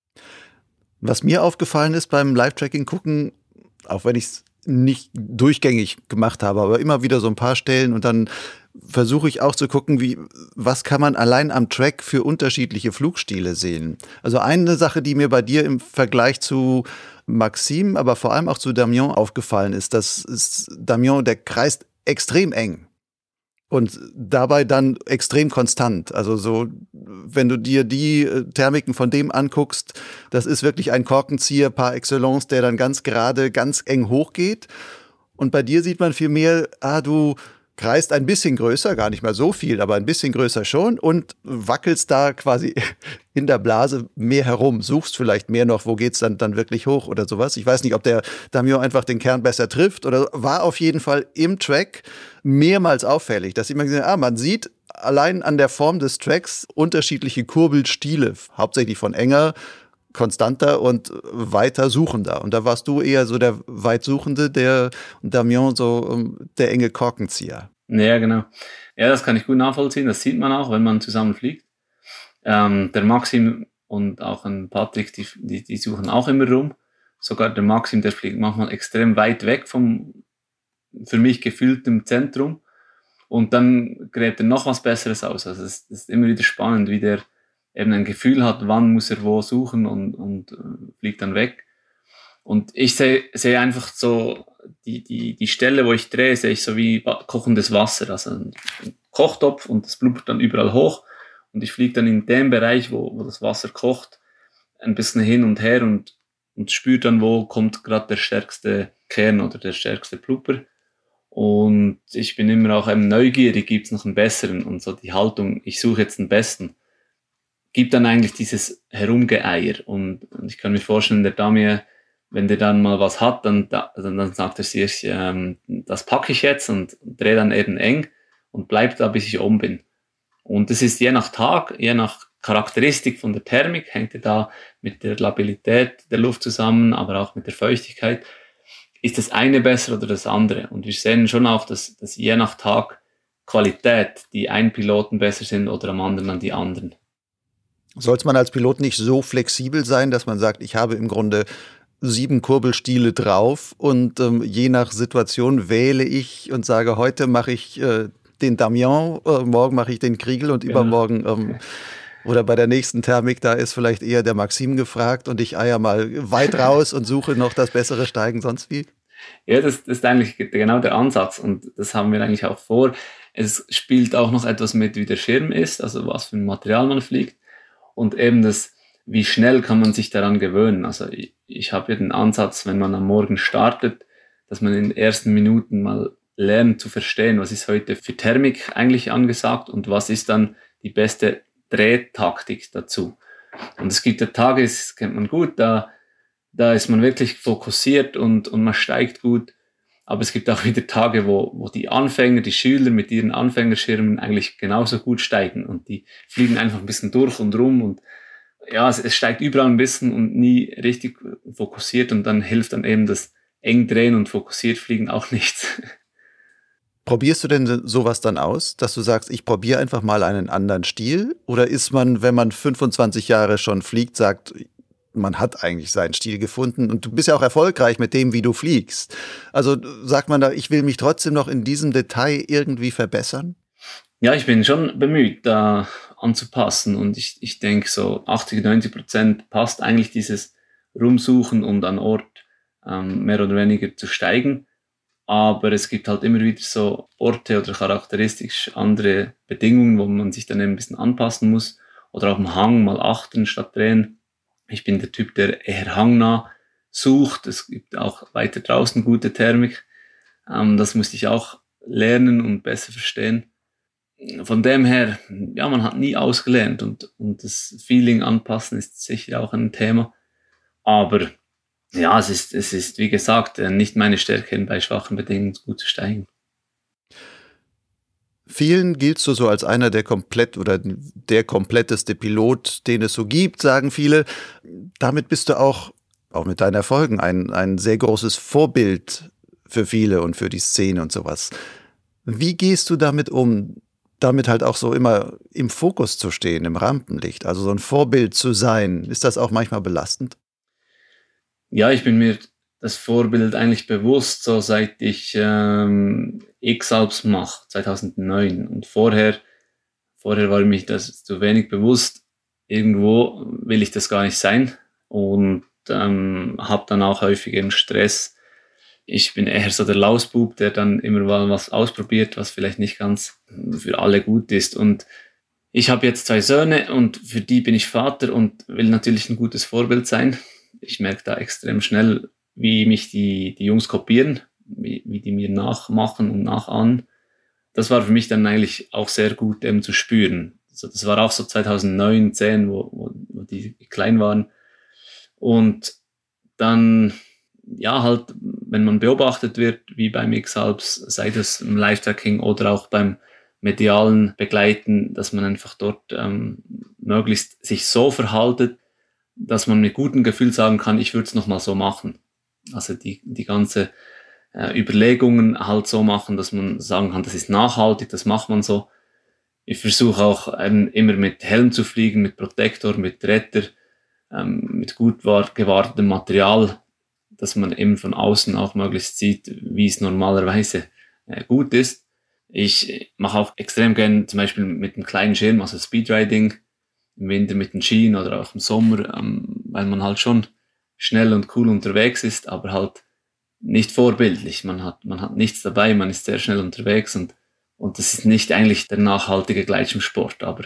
Was mir aufgefallen ist beim Live-Tracking gucken, auch wenn ich es nicht durchgängig gemacht habe, aber immer wieder so ein paar Stellen und dann versuche ich auch zu gucken, was kann man allein am Track für unterschiedliche Flugstile sehen. Also eine Sache, die mir bei dir im Vergleich zu Maxime, aber vor allem auch zu Damien aufgefallen ist, Damien, der kreist extrem eng. Und dabei dann extrem konstant. Also so, wenn du dir die Thermiken von dem anguckst, das ist wirklich ein Korkenzieher par excellence, der dann ganz gerade, ganz eng hochgeht. Und bei dir sieht man viel mehr, du kreist ein bisschen größer, gar nicht mal so viel, aber ein bisschen größer schon und wackelst da quasi in der Blase mehr herum, suchst vielleicht mehr noch, wo geht's dann wirklich hoch oder sowas. Ich weiß nicht, ob der Damien einfach den Kern besser trifft oder war auf jeden Fall im Track mehrmals auffällig, dass man sieht allein an der Form des Tracks unterschiedliche Kurbelstile, hauptsächlich von enger, konstanter und weiter suchender. Und da warst du eher so der Weitsuchende, der Damien so der enge Korkenzieher. Ja, genau. Ja, das kann ich gut nachvollziehen. Das sieht man auch, wenn man zusammen fliegt. Der Maxim und auch ein Patrick, die suchen auch immer rum. Sogar der Maxim, der fliegt manchmal extrem weit weg vom für mich gefühltem Zentrum. Und dann gräbt er noch was Besseres aus. Also es ist immer wieder spannend, wie der eben ein Gefühl hat, wann muss er wo suchen und fliegt dann weg. Und ich sehe einfach so, die Stelle, wo ich drehe, sehe ich so wie kochendes Wasser, also ein Kochtopf und das blubbert dann überall hoch und ich fliege dann in dem Bereich, wo das Wasser kocht, ein bisschen hin und her und spüre dann, wo kommt gerade der stärkste Kern oder der stärkste Blubber. Und ich bin immer auch eben neugierig, gibt es noch einen besseren und so die Haltung, ich suche jetzt den besten, gibt dann eigentlich dieses Herumgeeier und ich kann mir vorstellen, der Damien, wenn der dann mal was hat, dann sagt er sich, das packe ich jetzt und drehe dann eben eng und bleibt da, bis ich oben bin. Und das ist je nach Tag, je nach Charakteristik von der Thermik, hängt ja da mit der Labilität der Luft zusammen, aber auch mit der Feuchtigkeit. ist das eine besser oder das andere. Und wir sehen schon auch, dass je nach Tag Qualität die einen Piloten besser sind oder am anderen dann die anderen. Sollte man als Pilot nicht so flexibel sein, dass man sagt, ich habe im Grunde 7 Kurbelstile drauf und je nach Situation wähle ich und sage, heute mache ich den Damian, morgen mache ich den Kriegel und übermorgen oder bei der nächsten Thermik, da ist vielleicht eher der Maxim gefragt und ich eier mal weit raus und suche noch das bessere Steigen, sonst wie? Ja, das ist eigentlich genau der Ansatz und das haben wir eigentlich auch vor. Es spielt auch noch etwas mit, wie der Schirm ist, also was für ein Material man fliegt und eben das, wie schnell kann man sich daran gewöhnen. Also ich habe ja den Ansatz, wenn man am Morgen startet, dass man in den ersten Minuten mal lernt zu verstehen, was ist heute für Thermik eigentlich angesagt und was ist dann die beste Drehtaktik dazu. Und es gibt ja Tage, das kennt man gut, da ist man wirklich fokussiert und man steigt gut. Aber es gibt auch wieder Tage, wo die Anfänger, die Schüler mit ihren Anfängerschirmen eigentlich genauso gut steigen und die fliegen einfach ein bisschen durch und rum und ja, es steigt überall ein bisschen und nie richtig fokussiert und dann hilft dann eben das eng drehen und fokussiert fliegen auch nichts. Probierst du denn sowas dann aus, dass du sagst, ich probiere einfach mal einen anderen Stil? Oder ist man, wenn man 25 Jahre schon fliegt, sagt, man hat eigentlich seinen Stil gefunden und du bist ja auch erfolgreich mit dem, wie du fliegst. Also sagt man da, ich will mich trotzdem noch in diesem Detail irgendwie verbessern? Ja, ich bin schon bemüht, da anzupassen und ich denke so 80-90% passt eigentlich dieses Rumsuchen und an Ort mehr oder weniger zu steigen. Aber es gibt halt immer wieder so Orte oder charakteristisch andere Bedingungen, wo man sich dann eben ein bisschen anpassen muss oder auf dem Hang mal achten statt drehen. Ich bin der Typ, der eher hangnah sucht. Es gibt auch weiter draußen gute Thermik. Das musste ich auch lernen und besser verstehen. Von dem her, ja, man hat nie ausgelernt und das Feeling anpassen ist sicher auch ein Thema. Aber ja, es ist, wie gesagt, nicht meine Stärke, bei schwachen Bedingungen gut zu steigen. Vielen giltst du so als einer der der kompletteste Pilot, den es so gibt, sagen viele. Damit bist du auch mit deinen Erfolgen, ein sehr großes Vorbild für viele und für die Szene und sowas. Wie gehst du damit um, damit halt auch so immer im Fokus zu stehen, im Rampenlicht, also so ein Vorbild zu sein? Ist das auch manchmal belastend? Ja, ich bin mir das Vorbild eigentlich bewusst, so seit ich X-Alps mache, 2009. Und vorher war mir das zu wenig bewusst. Irgendwo will ich das gar nicht sein und habe dann auch häufig eben Stress. Ich bin eher so der Lausbub, der dann immer mal was ausprobiert, was vielleicht nicht ganz für alle gut ist. Und ich habe jetzt 2 Söhne und für die bin ich Vater und will natürlich ein gutes Vorbild sein. Ich merke da extrem schnell, wie mich die Jungs kopieren, wie die mir nachmachen und nachahmen. Das war für mich dann eigentlich auch sehr gut eben zu spüren. Also das war auch so 2009, 10, wo die klein waren. Und dann, ja, halt, wenn man beobachtet wird, wie beim X-Alps, sei das im Live-Tracking oder auch beim medialen Begleiten, dass man einfach dort möglichst sich so verhaltet, dass man mit gutem Gefühl sagen kann, ich würde es nochmal so machen. Also die ganze Überlegungen halt so machen, dass man sagen kann, das ist nachhaltig, das macht man so. Ich versuche auch immer mit Helm zu fliegen, mit Protektor, mit Retter, mit gut gewartetem Material, dass man eben von außen auch möglichst sieht, wie es normalerweise gut ist. Ich mache auch extrem gern zum Beispiel mit einem kleinen Schirm, also Speedriding, im Winter mit den Skien oder auch im Sommer, weil man halt schon schnell und cool unterwegs ist, aber halt nicht vorbildlich. Man hat nichts dabei, man ist sehr schnell unterwegs und das ist nicht eigentlich der nachhaltige Gleitschirmsport, aber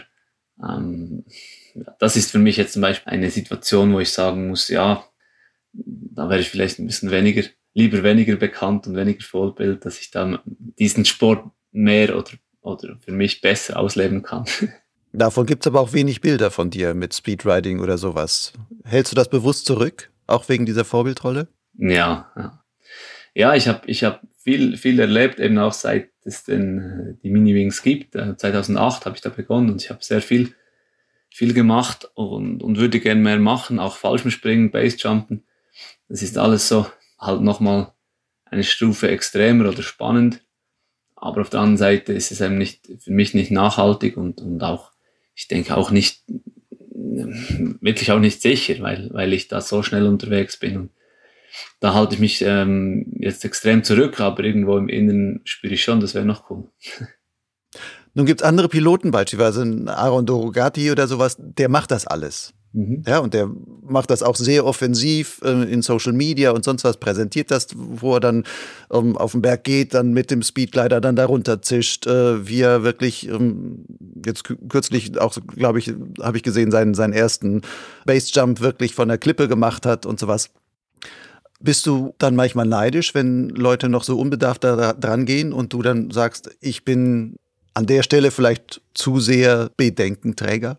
das ist für mich jetzt zum Beispiel eine Situation, wo ich sagen muss, ja, da wäre ich vielleicht ein bisschen lieber weniger bekannt und weniger Vorbild, dass ich da diesen Sport mehr oder für mich besser ausleben kann. Davon gibt es aber auch wenig Bilder von dir mit Speedriding oder sowas. Hältst du das bewusst zurück, auch wegen dieser Vorbildrolle? Ja, ich hab viel erlebt, eben auch seit es die Mini-Wings gibt. 2008 habe ich da begonnen und ich habe sehr viel gemacht und würde gerne mehr machen, auch Fallschirmspringen, Basejumpen. Das ist alles so halt nochmal eine Stufe extremer oder spannend. Aber auf der anderen Seite ist es eben für mich nicht nachhaltig und auch, ich denke auch nicht, wirklich auch nicht sicher, weil ich da so schnell unterwegs bin. Und da halte ich mich jetzt extrem zurück, aber irgendwo im Inneren spüre ich schon, das wäre noch cool. Nun gibt es andere Piloten, beispielsweise einen Aaron Dorogati oder sowas, der macht das alles. Ja, und der macht das auch sehr offensiv in Social Media und sonst was, präsentiert das, wo er dann auf den Berg geht, dann mit dem Speedglider dann darunter zischt, wie er wirklich, jetzt kürzlich auch, glaube ich, habe ich gesehen, seinen ersten Basejump wirklich von der Klippe gemacht hat und sowas. Bist du dann manchmal neidisch, wenn Leute noch so unbedarft da dran gehen und du dann sagst, ich bin an der Stelle vielleicht zu sehr Bedenkenträger?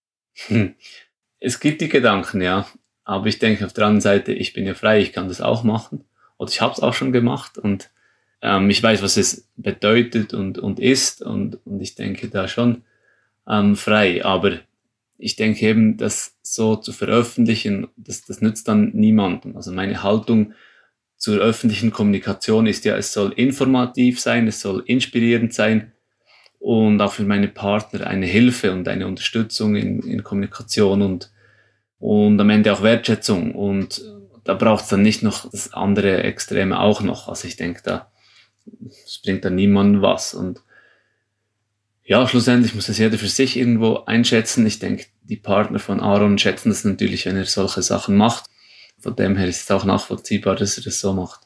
Es gibt die Gedanken, ja. Aber ich denke auf der anderen Seite, ich bin ja frei, ich kann das auch machen. Oder ich habe es auch schon gemacht und ich weiß, was es bedeutet und ist und ich denke da schon frei. Aber ich denke eben, das so zu veröffentlichen, das nützt dann niemandem. Also meine Haltung zur öffentlichen Kommunikation ist ja, es soll informativ sein, es soll inspirierend sein und auch für meine Partner eine Hilfe und eine Unterstützung in Kommunikation und am Ende auch Wertschätzung. Und da braucht es dann nicht noch das andere Extreme auch noch. Also ich denke, das bringt dann niemandem was. Und ja, schlussendlich muss das jeder für sich irgendwo einschätzen. Ich denke, die Partner von Aaron schätzen das natürlich, wenn er solche Sachen macht. Von dem her ist es auch nachvollziehbar, dass er das so macht.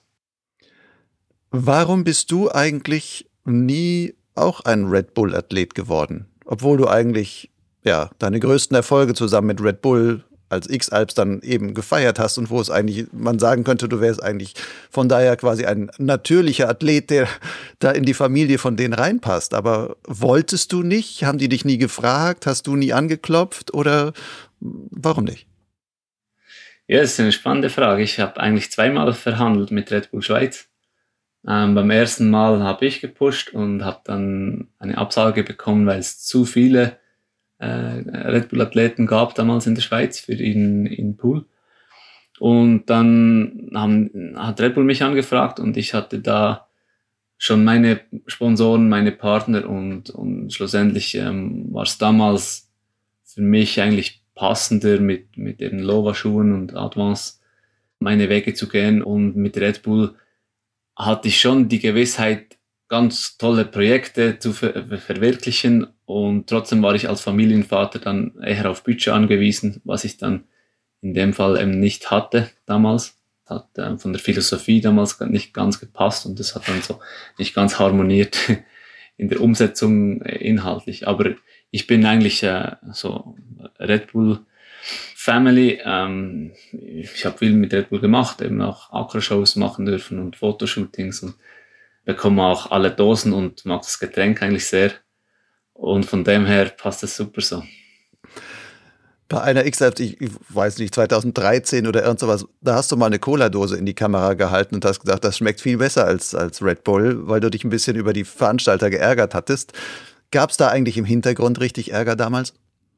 Warum bist du eigentlich nie auch ein Red Bull-Athlet geworden? Obwohl du eigentlich deine größten Erfolge zusammen mit Red Bull als X-Alps dann eben gefeiert hast und wo es eigentlich, man sagen könnte, du wärst eigentlich von daher quasi ein natürlicher Athlet, der da in die Familie von denen reinpasst. Aber wolltest du nicht? Haben die dich nie gefragt? Hast du nie angeklopft? Oder warum nicht? Ja, das ist eine spannende Frage. Ich habe eigentlich 2-mal verhandelt mit Red Bull Schweiz. Beim ersten Mal habe ich gepusht und habe dann eine Absage bekommen, weil es zu viele Red Bull-Athleten gab damals in der Schweiz für ihren Pool. Und dann hat Red Bull mich angefragt und ich hatte da schon meine Sponsoren, meine Partner und schlussendlich war es damals für mich eigentlich passender mit eben Lova-Schuhen und Advance meine Wege zu gehen. Und mit Red Bull hatte ich schon die Gewissheit, ganz tolle Projekte zu verwirklichen und trotzdem war ich als Familienvater dann eher auf Budget angewiesen, was ich dann in dem Fall eben nicht hatte damals. Hat von der Philosophie damals nicht ganz gepasst und das hat dann so nicht ganz harmoniert in der Umsetzung inhaltlich. Aber ich bin eigentlich so Red Bull Family. Ich habe viel mit Red Bull gemacht, eben auch Acro-Shows machen dürfen und Fotoshootings und bekomme auch alle Dosen und mag das Getränk eigentlich sehr. Und von dem her passt es super so. Bei einer X-Alps, ich weiß nicht, 2013 oder irgend sowas, da hast du mal eine Cola-Dose in die Kamera gehalten und hast gesagt, das schmeckt viel besser als Red Bull, weil du dich ein bisschen über die Veranstalter geärgert hattest. Gab es da eigentlich im Hintergrund richtig Ärger damals?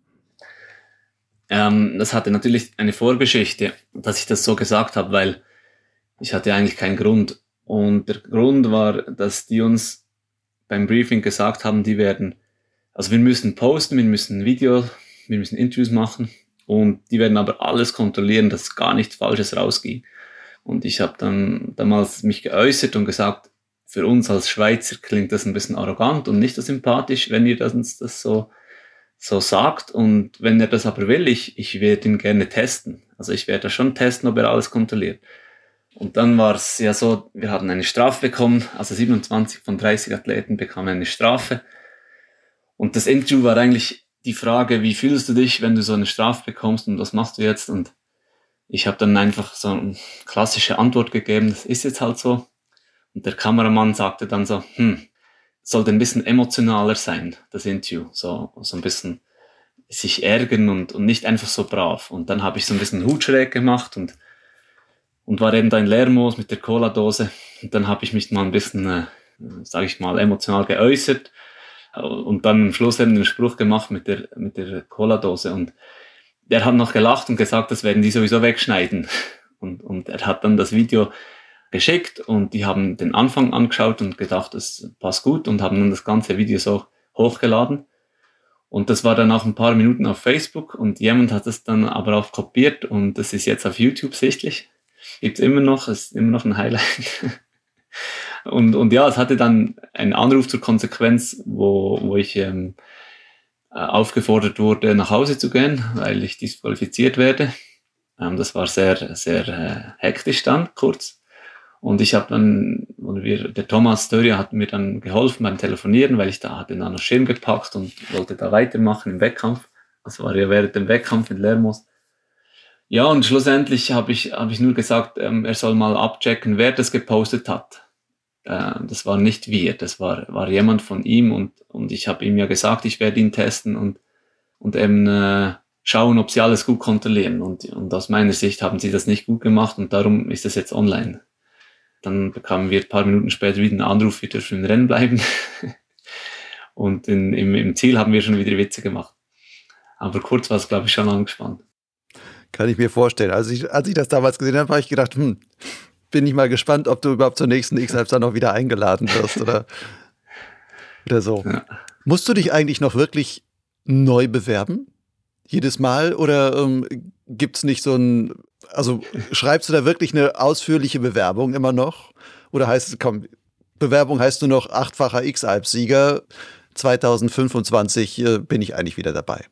Das hatte natürlich eine Vorgeschichte, dass ich das so gesagt habe, weil ich hatte eigentlich keinen Grund. Und der Grund war, dass die uns beim Briefing gesagt haben, wir müssen posten, wir müssen Video, wir müssen Interviews machen und die werden aber alles kontrollieren, dass gar nichts Falsches rausgeht. Und ich habe dann damals mich geäußert und gesagt, für uns als Schweizer klingt das ein bisschen arrogant und nicht so sympathisch, wenn ihr uns das so sagt. Und wenn er das aber will, ich werde ihn gerne testen. Also ich werde schon testen, ob er alles kontrolliert. Und dann war es ja so, wir hatten eine Strafe bekommen, also 27 von 30 Athleten bekamen eine Strafe. Und das Interview war eigentlich die Frage, wie fühlst du dich, wenn du so eine Strafe bekommst und was machst du jetzt? Und ich habe dann einfach so eine klassische Antwort gegeben, das ist jetzt halt so. Und der Kameramann sagte dann so, sollte ein bisschen emotionaler sein, das Interview, so ein bisschen sich ärgern und nicht einfach so brav. Und dann habe ich so ein bisschen Hut schräg gemacht und war eben da in Leermoos mit der Cola-Dose. Und dann habe ich mich mal ein bisschen, sage ich mal, emotional geäußert und dann am Schluss eben den Spruch gemacht mit der Cola-Dose. Und der hat noch gelacht und gesagt, das werden die sowieso wegschneiden. Und er hat dann das Video geschickt und die haben den Anfang angeschaut und gedacht, das passt gut und haben dann das ganze Video so hochgeladen. Und das war dann nach ein paar Minuten auf Facebook und jemand hat es dann aber auch kopiert und das ist jetzt auf YouTube sichtlich. Gibt's immer noch, es ist immer noch ein Highlight. Und ja, es hatte dann einen Anruf zur Konsequenz, wo ich aufgefordert wurde, nach Hause zu gehen, weil ich disqualifiziert werde. Das war sehr, sehr hektisch dann, kurz. Und ich habe dann, der Thomas Dörria hat mir dann geholfen beim Telefonieren, weil ich da hatte dann noch Schirm gepackt und wollte da weitermachen im Wettkampf. Das war ja während dem Wettkampf in Lermoos. Ja, und schlussendlich habe ich nur gesagt, er soll mal abchecken, wer das gepostet hat. Das war nicht wir, das war jemand von ihm und ich habe ihm ja gesagt, ich werde ihn testen und eben schauen, ob sie alles gut kontrollieren. Und aus meiner Sicht haben sie das nicht gut gemacht und darum ist das jetzt online. Dann bekamen wir ein paar Minuten später wieder einen Anruf, wir dürfen im Rennen bleiben. Und im Ziel haben wir schon wieder Witze gemacht. Aber kurz war es, glaube ich, schon angespannt. Kann ich mir vorstellen. Als ich das damals gesehen habe, habe ich gedacht, bin ich mal gespannt, ob du überhaupt zur nächsten X-Alps dann noch wieder eingeladen wirst oder so. Ja. Musst du dich eigentlich noch wirklich neu bewerben? Jedes Mal? Oder gibt es nicht so ein, also schreibst du da wirklich eine ausführliche Bewerbung immer noch? Oder heißt es, komm, Bewerbung heißt nur noch 8-facher X-Alps-Sieger, 2025 bin ich eigentlich wieder dabei?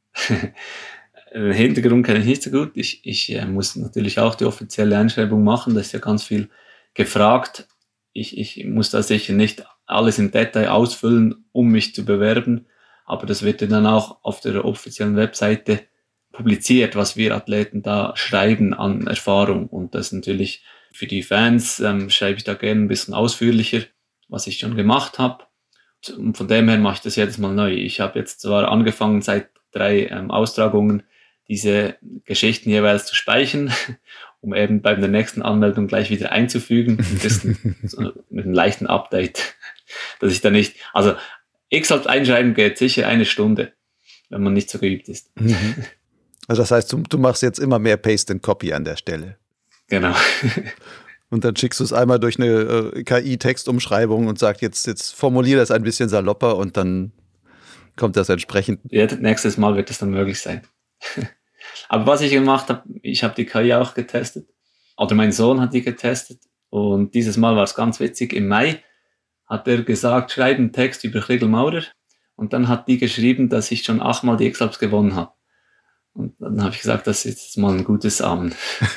Den Hintergrund kenne ich nicht so gut. Ich muss natürlich auch die offizielle Einschreibung machen, da ist ja ganz viel gefragt. Ich muss da sicher nicht alles im Detail ausfüllen, um mich zu bewerben. Aber das wird dann auch auf der offiziellen Webseite publiziert, was wir Athleten da schreiben an Erfahrung. Und das natürlich für die Fans schreibe ich da gerne ein bisschen ausführlicher, was ich schon gemacht habe. Und von dem her mache ich das jedes Mal neu. Ich habe jetzt zwar angefangen, seit 3 Austragungen diese Geschichten jeweils zu speichern, um eben bei der nächsten Anmeldung gleich wieder einzufügen. Mit einem leichten Update, dass ich da nicht, also X-Alps einschreiben geht sicher 1 Stunde, wenn man nicht so geübt ist. Also das heißt, du machst jetzt immer mehr Paste and Copy an der Stelle. Genau. Und dann schickst du es einmal durch eine KI-Textumschreibung und sagst, jetzt formulier das ein bisschen salopper und dann kommt das entsprechend. Ja, nächstes Mal wird es dann möglich sein. Aber was ich gemacht habe, ich habe die KI auch getestet. Oder mein Sohn hat die getestet. Und dieses Mal war es ganz witzig. Im Mai hat er gesagt, schreib einen Text über Kriegl Maurer. Und dann hat die geschrieben, dass ich schon 8-mal die X-Alps gewonnen habe. Und dann habe ich gesagt, das ist jetzt mal ein gutes Amen.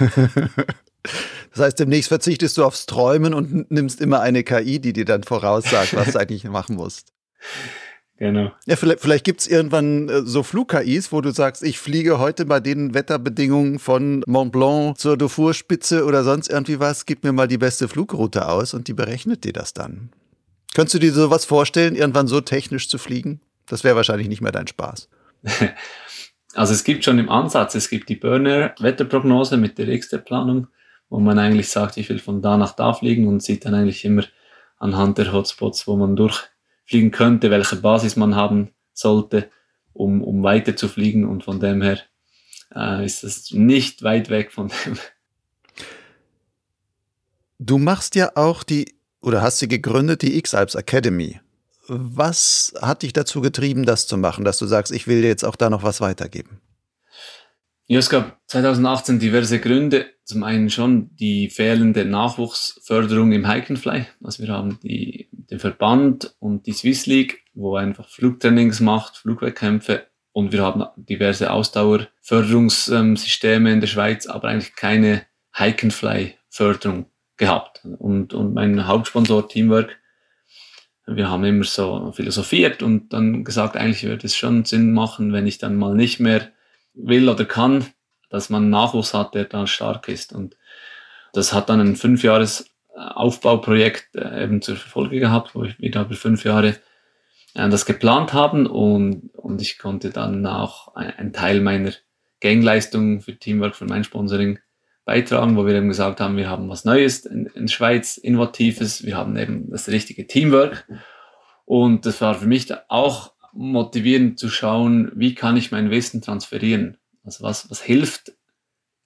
Das heißt, demnächst verzichtest du aufs Träumen und nimmst immer eine KI, die dir dann voraussagt, was du eigentlich machen musst. Genau. Ja, vielleicht gibt es irgendwann so Flug-KIs, wo du sagst, ich fliege heute bei den Wetterbedingungen von Mont Blanc zur Dufour-Spitze oder sonst irgendwie was, gib mir mal die beste Flugroute aus und die berechnet dir das dann. Könntest du dir sowas vorstellen, irgendwann so technisch zu fliegen? Das wäre wahrscheinlich nicht mehr dein Spaß. Also es gibt schon im Ansatz, es gibt die Burner-Wetterprognose mit der X-Planung, wo man eigentlich sagt, ich will von da nach da fliegen und sieht dann eigentlich immer anhand der Hotspots, wo man durchfliegen könnte, welche Basis man haben sollte, um weiter zu fliegen. Und von dem her ist es nicht weit weg von dem. Du machst ja auch hast sie gegründet, die X-Alps Academy. Was hat dich dazu getrieben, das zu machen, dass du sagst, ich will dir jetzt auch da noch was weitergeben? Ja, es gab 2018 diverse Gründe. Zum einen schon die fehlende Nachwuchsförderung im Hikenfly. Also wir haben den Verband und die Swiss League, wo einfach Flugtrainings macht, Flugwettkämpfe. Und wir haben diverse Ausdauerförderungssysteme in der Schweiz, aber eigentlich keine Hikenfly-Förderung gehabt. Und mein Hauptsponsor Teamwork, wir haben immer so philosophiert und dann gesagt, eigentlich würde es schon Sinn machen, wenn ich dann mal nicht mehr will oder kann, dass man einen Nachwuchs hat, der dann stark ist. Und das hat dann ein 5-Jahres-Aufbauprojekt eben zur Folge gehabt, wo wir über 5 Jahre das geplant haben und ich konnte dann auch einen Teil meiner Gangleistung für Teamwork, für mein Sponsoring beitragen, wo wir eben gesagt haben, wir haben was Neues in der Schweiz, Innovatives, wir haben eben das richtige Teamwork und das war für mich auch motivierend zu schauen, wie kann ich mein Wissen transferieren, also was hilft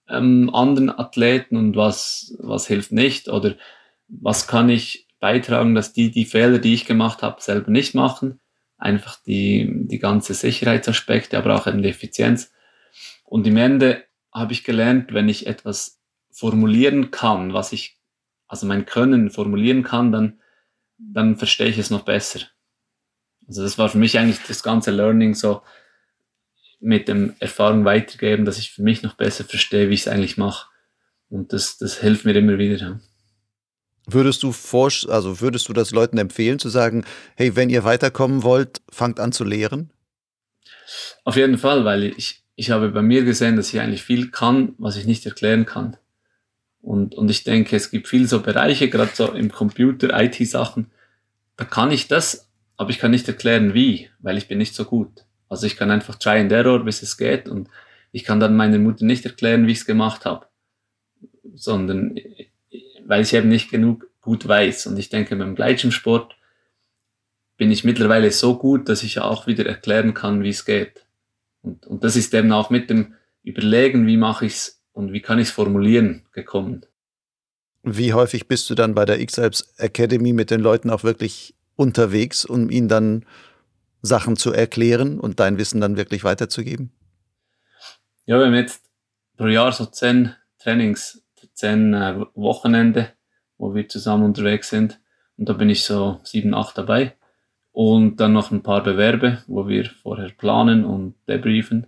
anderen Athleten und was hilft nicht oder was kann ich beitragen, dass die Fehler, die ich gemacht habe, selber nicht machen. Einfach die ganze Sicherheitsaspekte, aber auch eben die Effizienz. Und im Ende habe ich gelernt, wenn ich etwas formulieren kann, also mein Können formulieren kann, dann verstehe ich es noch besser. Also das war für mich eigentlich das ganze Learning so mit dem Erfahrung weitergeben, dass ich für mich noch besser verstehe, wie ich es eigentlich mache. Und das hilft mir immer wieder. Ja. Würdest du das Leuten empfehlen, zu sagen, hey, wenn ihr weiterkommen wollt, fangt an zu lehren? Auf jeden Fall, weil ich habe bei mir gesehen, dass ich eigentlich viel kann, was ich nicht erklären kann. Und ich denke, es gibt viele so Bereiche, gerade so im Computer, IT-Sachen, da kann ich das, aber ich kann nicht erklären, wie, weil ich bin nicht so gut. Also ich kann einfach try and error, bis es geht und ich kann dann meiner Mutter nicht erklären, wie ich es gemacht habe, sondern weil ich eben nicht genug gut weiß. Und ich denke, beim Gleitschirmsport bin ich mittlerweile so gut, dass ich auch wieder erklären kann, wie es geht. Und das ist eben auch mit dem Überlegen, wie mache ich es und wie kann ich es formulieren, gekommen. Wie häufig bist du dann bei der X-Alps Academy mit den Leuten auch wirklich unterwegs, um ihnen dann Sachen zu erklären und dein Wissen dann wirklich weiterzugeben? Ja, wir haben jetzt pro Jahr so 10 Trainings, 10 Wochenende, wo wir zusammen unterwegs sind. Und da bin ich so 7, 8 dabei. Und dann noch ein paar Bewerbe, wo wir vorher planen und debriefen.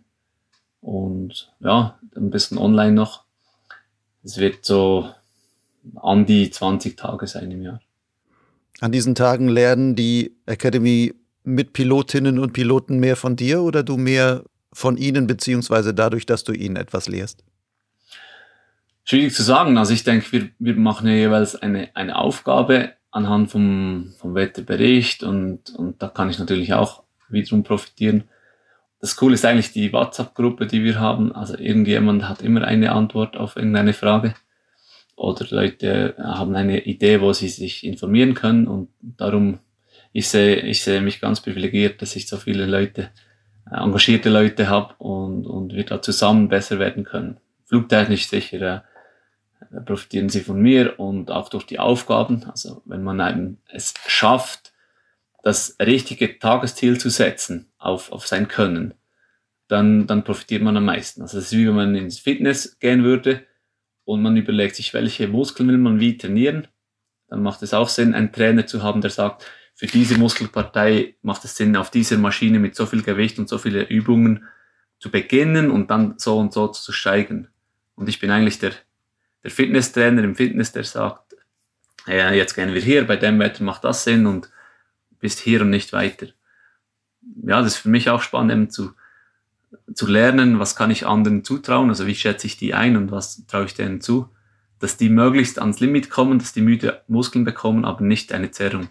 Und ja, ein bisschen online noch. Es wird so an die 20 Tage sein im Jahr. An diesen Tagen lernen die Academy mit Pilotinnen und Piloten mehr von dir oder du mehr von ihnen, beziehungsweise dadurch, dass du ihnen etwas lehrst? Schwierig zu sagen. Also ich denke, wir machen ja jeweils eine Aufgabe anhand vom Wetterbericht und da kann ich natürlich auch wiederum profitieren. Das Coole ist eigentlich die WhatsApp-Gruppe, die wir haben. Also irgendjemand hat immer eine Antwort auf irgendeine Frage. Oder Leute haben eine Idee, wo sie sich informieren können. Und darum, ich sehe mich ganz privilegiert, dass ich so viele Leute, engagierte Leute habe und wir da zusammen besser werden können. Flugtechnisch sicher profitieren sie von mir und auch durch die Aufgaben. Also wenn man es schafft, das richtige Tagesziel zu setzen auf sein Können, dann profitiert man am meisten. Also es ist wie wenn man ins Fitness gehen würde und man überlegt sich, welche Muskeln will man wie trainieren. Dann macht es auch Sinn, einen Trainer zu haben, der sagt, für diese Muskelpartei macht es Sinn, auf dieser Maschine mit so viel Gewicht und so viele Übungen zu beginnen und dann so und so zu steigen. Und ich bin eigentlich der Fitnesstrainer im Fitness, der sagt, ja, jetzt gehen wir hier, bei dem Wetter macht das Sinn und bist hier und nicht weiter. Ja, das ist für mich auch spannend, eben zu lernen, was kann ich anderen zutrauen, also wie schätze ich die ein und was traue ich denen zu, dass die möglichst ans Limit kommen, dass die müde Muskeln bekommen, aber nicht eine Zerrung.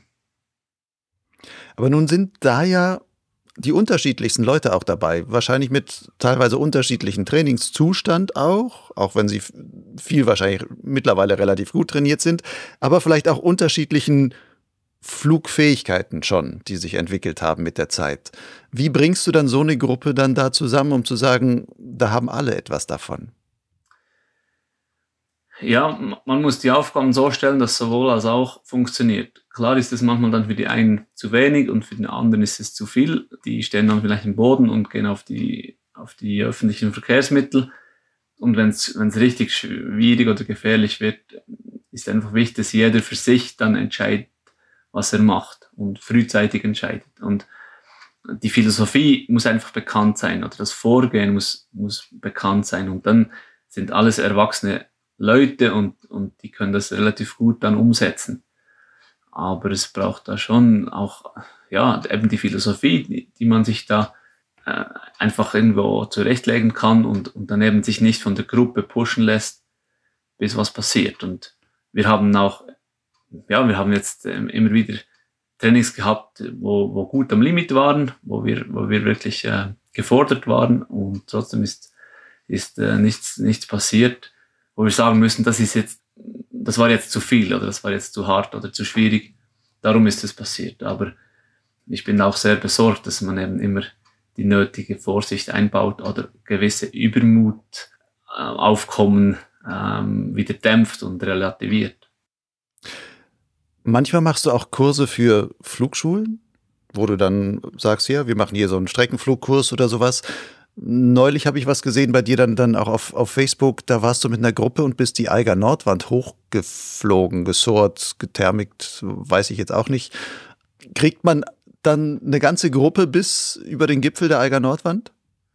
Aber nun sind da ja die unterschiedlichsten Leute auch dabei, wahrscheinlich mit teilweise unterschiedlichen Trainingszustand auch wenn sie viel wahrscheinlich mittlerweile relativ gut trainiert sind, aber vielleicht auch unterschiedlichen Flugfähigkeiten schon, die sich entwickelt haben mit der Zeit. Wie bringst du dann so eine Gruppe dann da zusammen, um zu sagen, da haben alle etwas davon? Ja, man muss die Aufgaben so stellen, dass sowohl als auch funktioniert. Klar ist es manchmal dann für die einen zu wenig und für den anderen ist es zu viel. Die stehen dann vielleicht im Boden und gehen auf die öffentlichen Verkehrsmittel. Und wenn es richtig schwierig oder gefährlich wird, ist einfach wichtig, dass jeder für sich dann entscheidet, was er macht und frühzeitig entscheidet. Und die Philosophie muss einfach bekannt sein oder das Vorgehen muss bekannt sein. Und dann sind alles erwachsene Leute und die können das relativ gut dann umsetzen. Aber es braucht da schon auch, ja, eben die Philosophie, die man sich da einfach irgendwo zurechtlegen kann und dann eben sich nicht von der Gruppe pushen lässt, bis was passiert. Und wir haben jetzt immer wieder Trainings gehabt, wo gut am Limit waren, wo wir wirklich gefordert waren und trotzdem ist nichts passiert, wo wir sagen müssen, das war jetzt zu viel oder das war jetzt zu hart oder zu schwierig, darum ist es passiert. Aber ich bin auch sehr besorgt, dass man eben immer die nötige Vorsicht einbaut oder gewisse Übermut Aufkommen wieder dämpft und relativiert. Manchmal machst du auch Kurse für Flugschulen, wo du dann sagst, ja, wir machen hier so einen Streckenflugkurs oder sowas. Neulich habe ich was gesehen bei dir dann auch auf Facebook, da warst du mit einer Gruppe und bist die Eiger Nordwand hochgeflogen, gesoart, gethermigt, weiß ich jetzt auch nicht. Kriegt man dann eine ganze Gruppe bis über den Gipfel der Eiger Nordwand?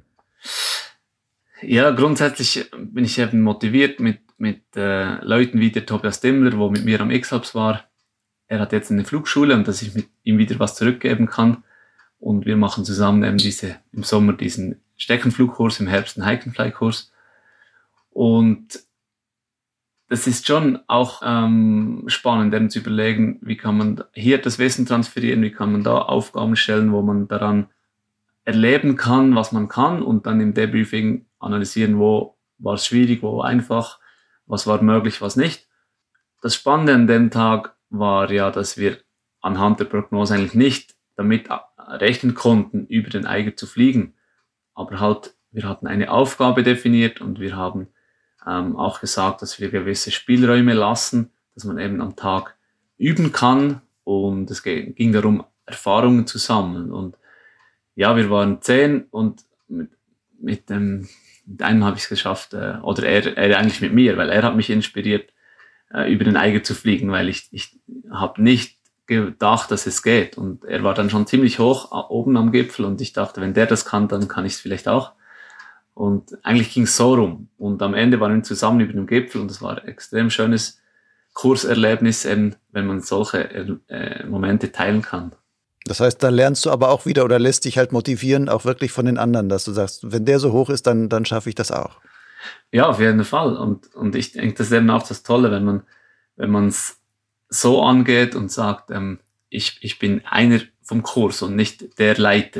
Ja, grundsätzlich bin ich eben motiviert mit Leuten wie der Tobias Dimmler, der mit mir am X-Alps war. Er hat jetzt eine Flugschule und dass ich mit ihm wieder was zurückgeben kann. Und wir machen zusammen eben im Sommer diesen Steckenflugkurs, im Herbst einen Hike-and-Fly-Kurs. Und das ist schon auch spannend, eben zu überlegen, wie kann man hier das Wissen transferieren, wie kann man da Aufgaben stellen, wo man daran erleben kann, was man kann und dann im Debriefing analysieren, wo war es schwierig, wo war einfach, was war möglich, was nicht. Das Spannende an dem Tag war ja, dass wir anhand der Prognose eigentlich nicht damit rechnen konnten, über den Eiger zu fliegen. Aber halt, wir hatten eine Aufgabe definiert und wir haben auch gesagt, dass wir gewisse Spielräume lassen, dass man eben am Tag üben kann und es ging darum, Erfahrungen zu sammeln. Und ja, wir waren 10 und mit einem habe ich es geschafft, oder er eigentlich mit mir, weil er hat mich inspiriert, über den Eiger zu fliegen, weil ich habe nicht gedacht, dass es geht. Und er war dann schon ziemlich hoch oben am Gipfel und ich dachte, wenn der das kann, dann kann ich es vielleicht auch. Und eigentlich ging es so rum. Und am Ende waren wir zusammen über dem Gipfel und es war ein extrem schönes Kurserlebnis, eben, wenn man solche Momente teilen kann. Das heißt, da lernst du aber auch wieder oder lässt dich halt motivieren, auch wirklich von den anderen, dass du sagst, wenn der so hoch ist, dann schaffe ich das auch. Ja, auf jeden Fall. Und ich denke, das ist eben auch das Tolle, wenn man es so angeht und sagt, ich bin einer vom Kurs und nicht der Leiter.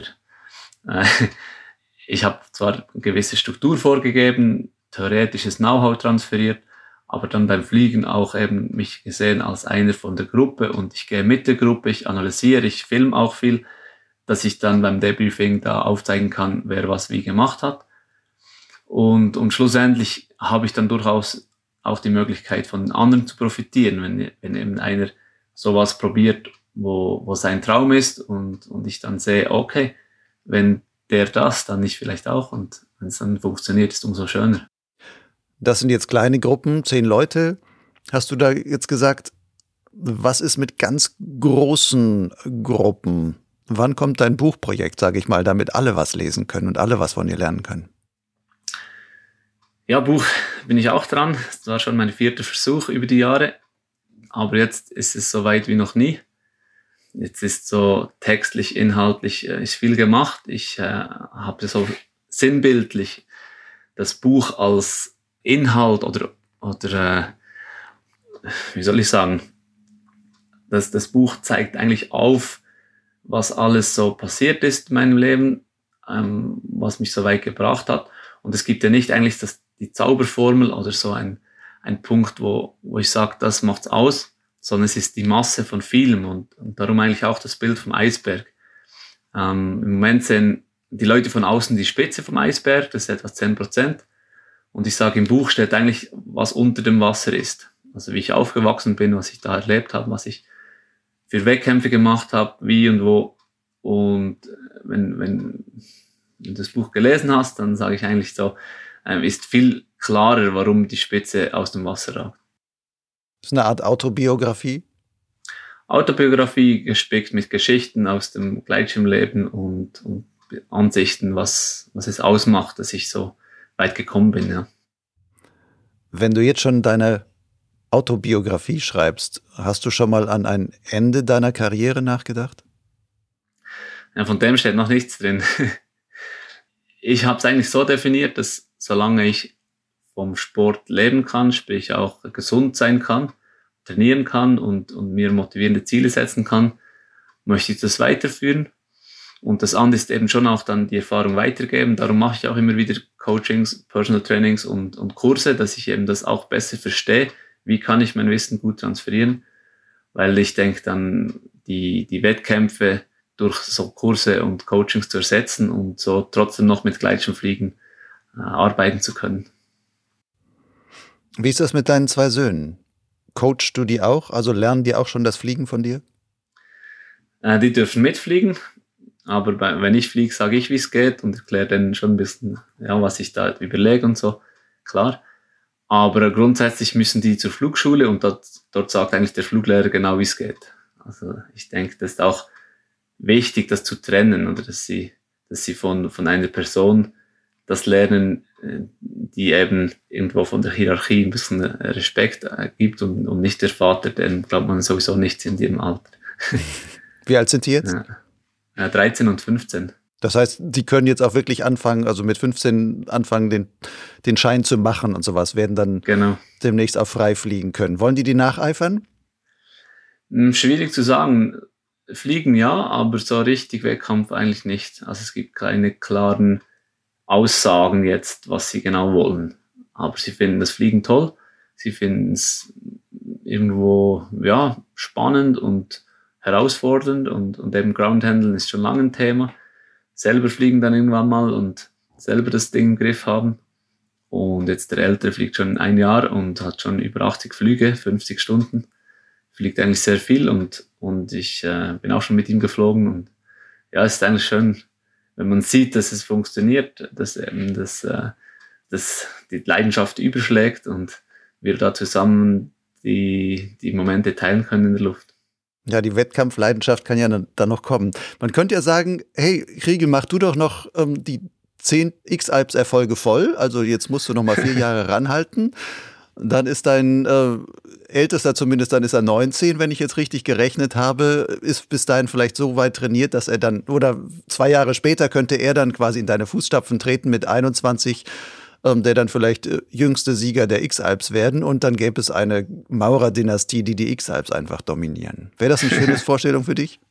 Ich habe zwar eine gewisse Struktur vorgegeben, theoretisches Know-how transferiert, aber dann beim Fliegen auch eben mich gesehen als einer von der Gruppe und ich gehe mit der Gruppe, ich analysiere, ich filme auch viel, dass ich dann beim Debriefing da aufzeigen kann, wer was wie gemacht hat. Und schlussendlich habe ich dann durchaus auch die Möglichkeit, von den anderen zu profitieren, wenn eben einer sowas probiert, wo sein Traum ist und ich dann sehe, okay, wenn der das, dann ich vielleicht auch und wenn es dann funktioniert, ist es umso schöner. Das sind jetzt kleine Gruppen, 10 Leute. Hast du da jetzt gesagt, was ist mit ganz großen Gruppen? Wann kommt dein Buchprojekt, sage ich mal, damit alle was lesen können und alle was von dir lernen können? Ja, Buch bin ich auch dran. Das war schon mein 4. Versuch über die Jahre. Aber jetzt ist es so weit wie noch nie. Jetzt ist so textlich, inhaltlich ist viel gemacht. Ich habe so sinnbildlich das Buch als Inhalt oder wie soll ich sagen, das Buch zeigt eigentlich auf, was alles so passiert ist in meinem Leben, was mich so weit gebracht hat. Und es gibt ja nicht eigentlich die Zauberformel oder so ein Punkt, wo ich sage, das macht's aus, sondern es ist die Masse von vielem und darum eigentlich auch das Bild vom Eisberg. Im Moment sehen die Leute von außen die Spitze vom Eisberg, das ist etwa 10%. Und ich sage, im Buch steht eigentlich, was unter dem Wasser ist. Also wie ich aufgewachsen bin, was ich da erlebt habe, was ich für Wettkämpfe gemacht habe, wie und wo. Und wenn du das Buch gelesen hast, dann sage ich eigentlich so, ist viel klarer, warum die Spitze aus dem Wasser ragt. Das ist eine Art Autobiografie? Autobiografie gespickt mit Geschichten aus dem Gleitschirmleben und Ansichten, was es ausmacht, dass ich so weit gekommen bin. Ja. Wenn du jetzt schon deine Autobiografie schreibst, hast du schon mal an ein Ende deiner Karriere nachgedacht? Ja, von dem steht noch nichts drin. Ich habe es eigentlich so definiert, dass solange ich vom Sport leben kann, sprich auch gesund sein kann, trainieren kann und mir motivierende Ziele setzen kann, möchte ich das weiterführen. Und das andere ist eben schon auch dann die Erfahrung weitergeben. Darum mache ich auch immer wieder Coachings, Personal Trainings und Kurse, dass ich eben das auch besser verstehe. Wie kann ich mein Wissen gut transferieren? Weil ich denke dann, die Wettkämpfe durch so Kurse und Coachings zu ersetzen und so trotzdem noch mit Gleitschirmfliegen arbeiten zu können. Wie ist das mit deinen 2 Söhnen? Coachst du die auch? Also lernen die auch schon das Fliegen von dir? Die dürfen mitfliegen, aber wenn ich fliege, sage ich, wie es geht und erkläre denen schon ein bisschen, ja, was ich da überlege und so, klar. Aber grundsätzlich müssen die zur Flugschule und dort sagt eigentlich der Fluglehrer genau, wie es geht. Also ich denke, das ist auch wichtig, das zu trennen, oder dass sie von einer Person das lernen, die eben irgendwo von der Hierarchie ein bisschen Respekt gibt und nicht der Vater, den glaubt man sowieso nichts in ihrem Alter. Wie alt sind die jetzt? Ja, 13 und 15. Das heißt, die können jetzt auch wirklich anfangen, also mit 15 anfangen, den Schein zu machen und sowas, werden dann demnächst auch frei fliegen können. Wollen die nacheifern? Schwierig zu sagen. Fliegen ja, aber so richtig Wettkampf eigentlich nicht. Also es gibt keine klaren Aussagen jetzt, was sie genau wollen. Aber sie finden das Fliegen toll. Sie finden es irgendwo spannend und herausfordernd und eben Groundhandeln ist schon lange ein Thema. Selber fliegen dann irgendwann mal und selber das Ding im Griff haben. Und jetzt der Ältere fliegt schon 1 Jahr und hat schon über 80 Flüge, 50 Stunden. Fliegt eigentlich sehr viel und ich bin auch schon mit ihm geflogen. Und ja, es ist eigentlich schön, wenn man sieht, dass es funktioniert, dass eben dass die Leidenschaft überschlägt und wir da zusammen die Momente teilen können in der Luft. Ja, die Wettkampfleidenschaft kann ja dann noch kommen. Man könnte ja sagen, hey, Kriegel, mach du doch noch die 10 X-Alps-Erfolge voll. Also jetzt musst du noch mal 4 Jahre ranhalten. Dann ist dein Ältester zumindest, dann ist er 19, wenn ich jetzt richtig gerechnet habe, ist bis dahin vielleicht so weit trainiert, dass er dann, oder 2 Jahre später könnte er dann quasi in deine Fußstapfen treten mit 21, der dann vielleicht jüngste Sieger der X-Alps werden und dann gäbe es eine Maurer-Dynastie, die X-Alps einfach dominieren. Wäre das eine schöne Vorstellung für dich?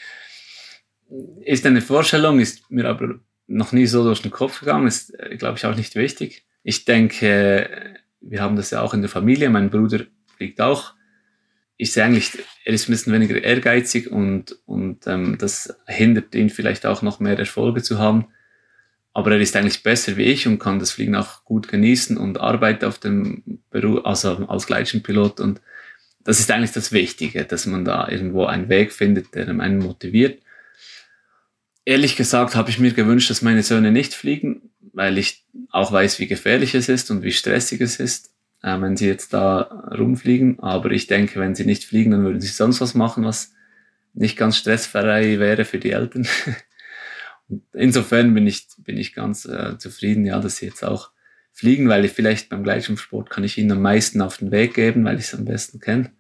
Ist eine Vorstellung, ist mir aber noch nie so durch den Kopf gegangen, ist, glaube ich, auch nicht wichtig. Ich denke, wir haben das ja auch in der Familie, mein Bruder fliegt auch. Ich sehe eigentlich, er ist ein bisschen weniger ehrgeizig und das hindert ihn vielleicht auch noch mehr Erfolge zu haben. Aber er ist eigentlich besser wie ich und kann das Fliegen auch gut genießen und arbeitet auf dem Beruf, also als Gleitschirmpilot. Und das ist eigentlich das Wichtige, dass man da irgendwo einen Weg findet, der einen motiviert. Ehrlich gesagt habe ich mir gewünscht, dass meine Söhne nicht fliegen, weil ich auch weiß, wie gefährlich es ist und wie stressig es ist, wenn sie jetzt da rumfliegen. Aber ich denke, wenn sie nicht fliegen, dann würden sie sonst was machen, was nicht ganz stressfrei wäre für die Eltern. Insofern bin ich ganz zufrieden, ja, dass sie jetzt auch fliegen, weil ich vielleicht beim Gleitschirmsport kann ich ihnen am meisten auf den Weg geben, weil ich es am besten kenne.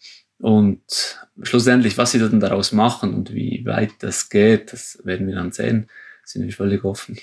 Und schlussendlich, was sie dann daraus machen und wie weit das geht, das werden wir dann sehen. Sind wir völlig offen.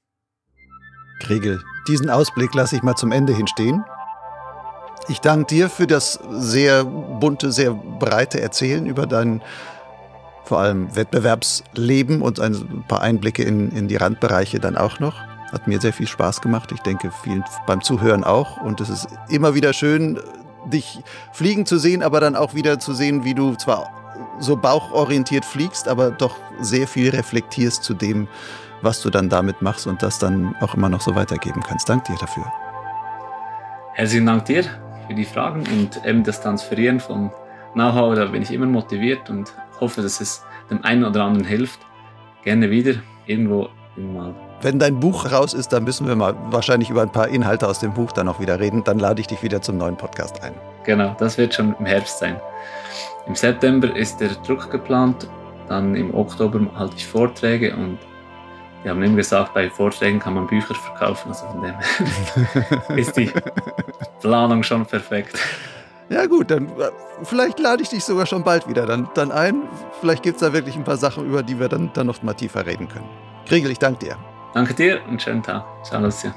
Kriegel, diesen Ausblick lasse ich mal zum Ende hinstehen. Ich danke dir für das sehr bunte, sehr breite Erzählen über dein vor allem Wettbewerbsleben und ein paar Einblicke in die Randbereiche dann auch noch. Hat mir sehr viel Spaß gemacht. Ich denke, vielen beim Zuhören auch. Und es ist immer wieder schön, dich fliegen zu sehen, aber dann auch wieder zu sehen, wie du zwar so bauchorientiert fliegst, aber doch sehr viel reflektierst zu dem, was du dann damit machst und das dann auch immer noch so weitergeben kannst. Danke dir dafür. Herzlichen Dank dir für die Fragen und eben das Transferieren von Know-how, da bin ich immer motiviert und hoffe, dass es dem einen oder anderen hilft. Gerne wieder, irgendwo mal. Wenn dein Buch raus ist, dann müssen wir mal wahrscheinlich über ein paar Inhalte aus dem Buch dann noch wieder reden. Dann lade ich dich wieder zum neuen Podcast ein. Genau, das wird schon im Herbst sein. Im September ist der Druck geplant, dann im Oktober halte ich Vorträge und die haben immer gesagt, bei Vorträgen kann man Bücher verkaufen, also von dem ist die Planung schon perfekt. Ja gut, dann vielleicht lade ich dich sogar schon bald wieder dann ein. Vielleicht gibt es da wirklich ein paar Sachen, über die wir dann noch mal tiefer reden können. Kriegel, ich danke dir. Danke dir und schönen Tag. Ciao, Lucia.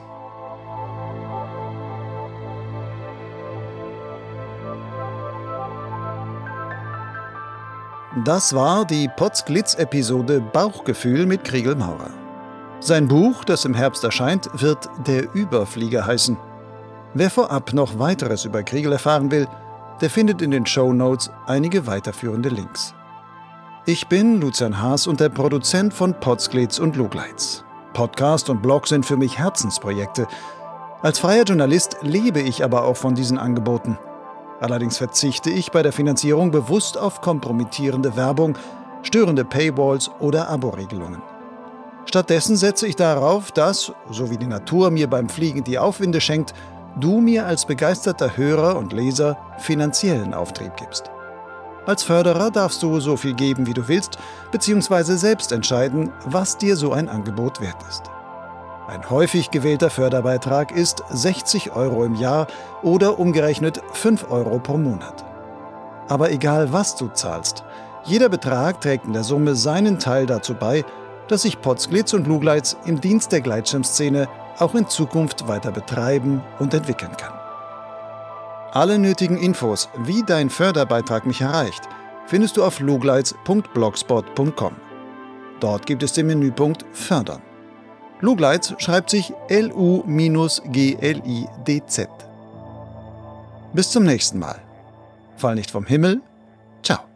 Das war die Potsglitz-Episode Bauchgefühl mit Kriegel Maurer. Sein Buch, das im Herbst erscheint, wird Der Überflieger heißen. Wer vorab noch Weiteres über Kriegel erfahren will, der findet in den Shownotes einige weiterführende Links. Ich bin Lucian Haas und der Produzent von Potsglitz und Lugleitz. Podcast und Blog sind für mich Herzensprojekte. Als freier Journalist lebe ich aber auch von diesen Angeboten. Allerdings verzichte ich bei der Finanzierung bewusst auf kompromittierende Werbung, störende Paywalls oder Abo-Regelungen. Stattdessen setze ich darauf, dass, so wie die Natur mir beim Fliegen die Aufwinde schenkt, du mir als begeisterter Hörer und Leser finanziellen Auftrieb gibst. Als Förderer darfst du so viel geben, wie du willst, bzw. selbst entscheiden, was dir so ein Angebot wert ist. Ein häufig gewählter Förderbeitrag ist 60 € im Jahr oder umgerechnet 5 € pro Monat. Aber egal, was du zahlst, jeder Betrag trägt in der Summe seinen Teil dazu bei, dass sich Podsglitz und Lugleitz im Dienst der Gleitschirmszene auch in Zukunft weiter betreiben und entwickeln kann. Alle nötigen Infos, wie dein Förderbeitrag mich erreicht, findest du auf lugleitz.blogspot.com. Dort gibt es den Menüpunkt Fördern. Lugleitz schreibt sich Lu-Glidz. Bis zum nächsten Mal. Fall nicht vom Himmel. Ciao.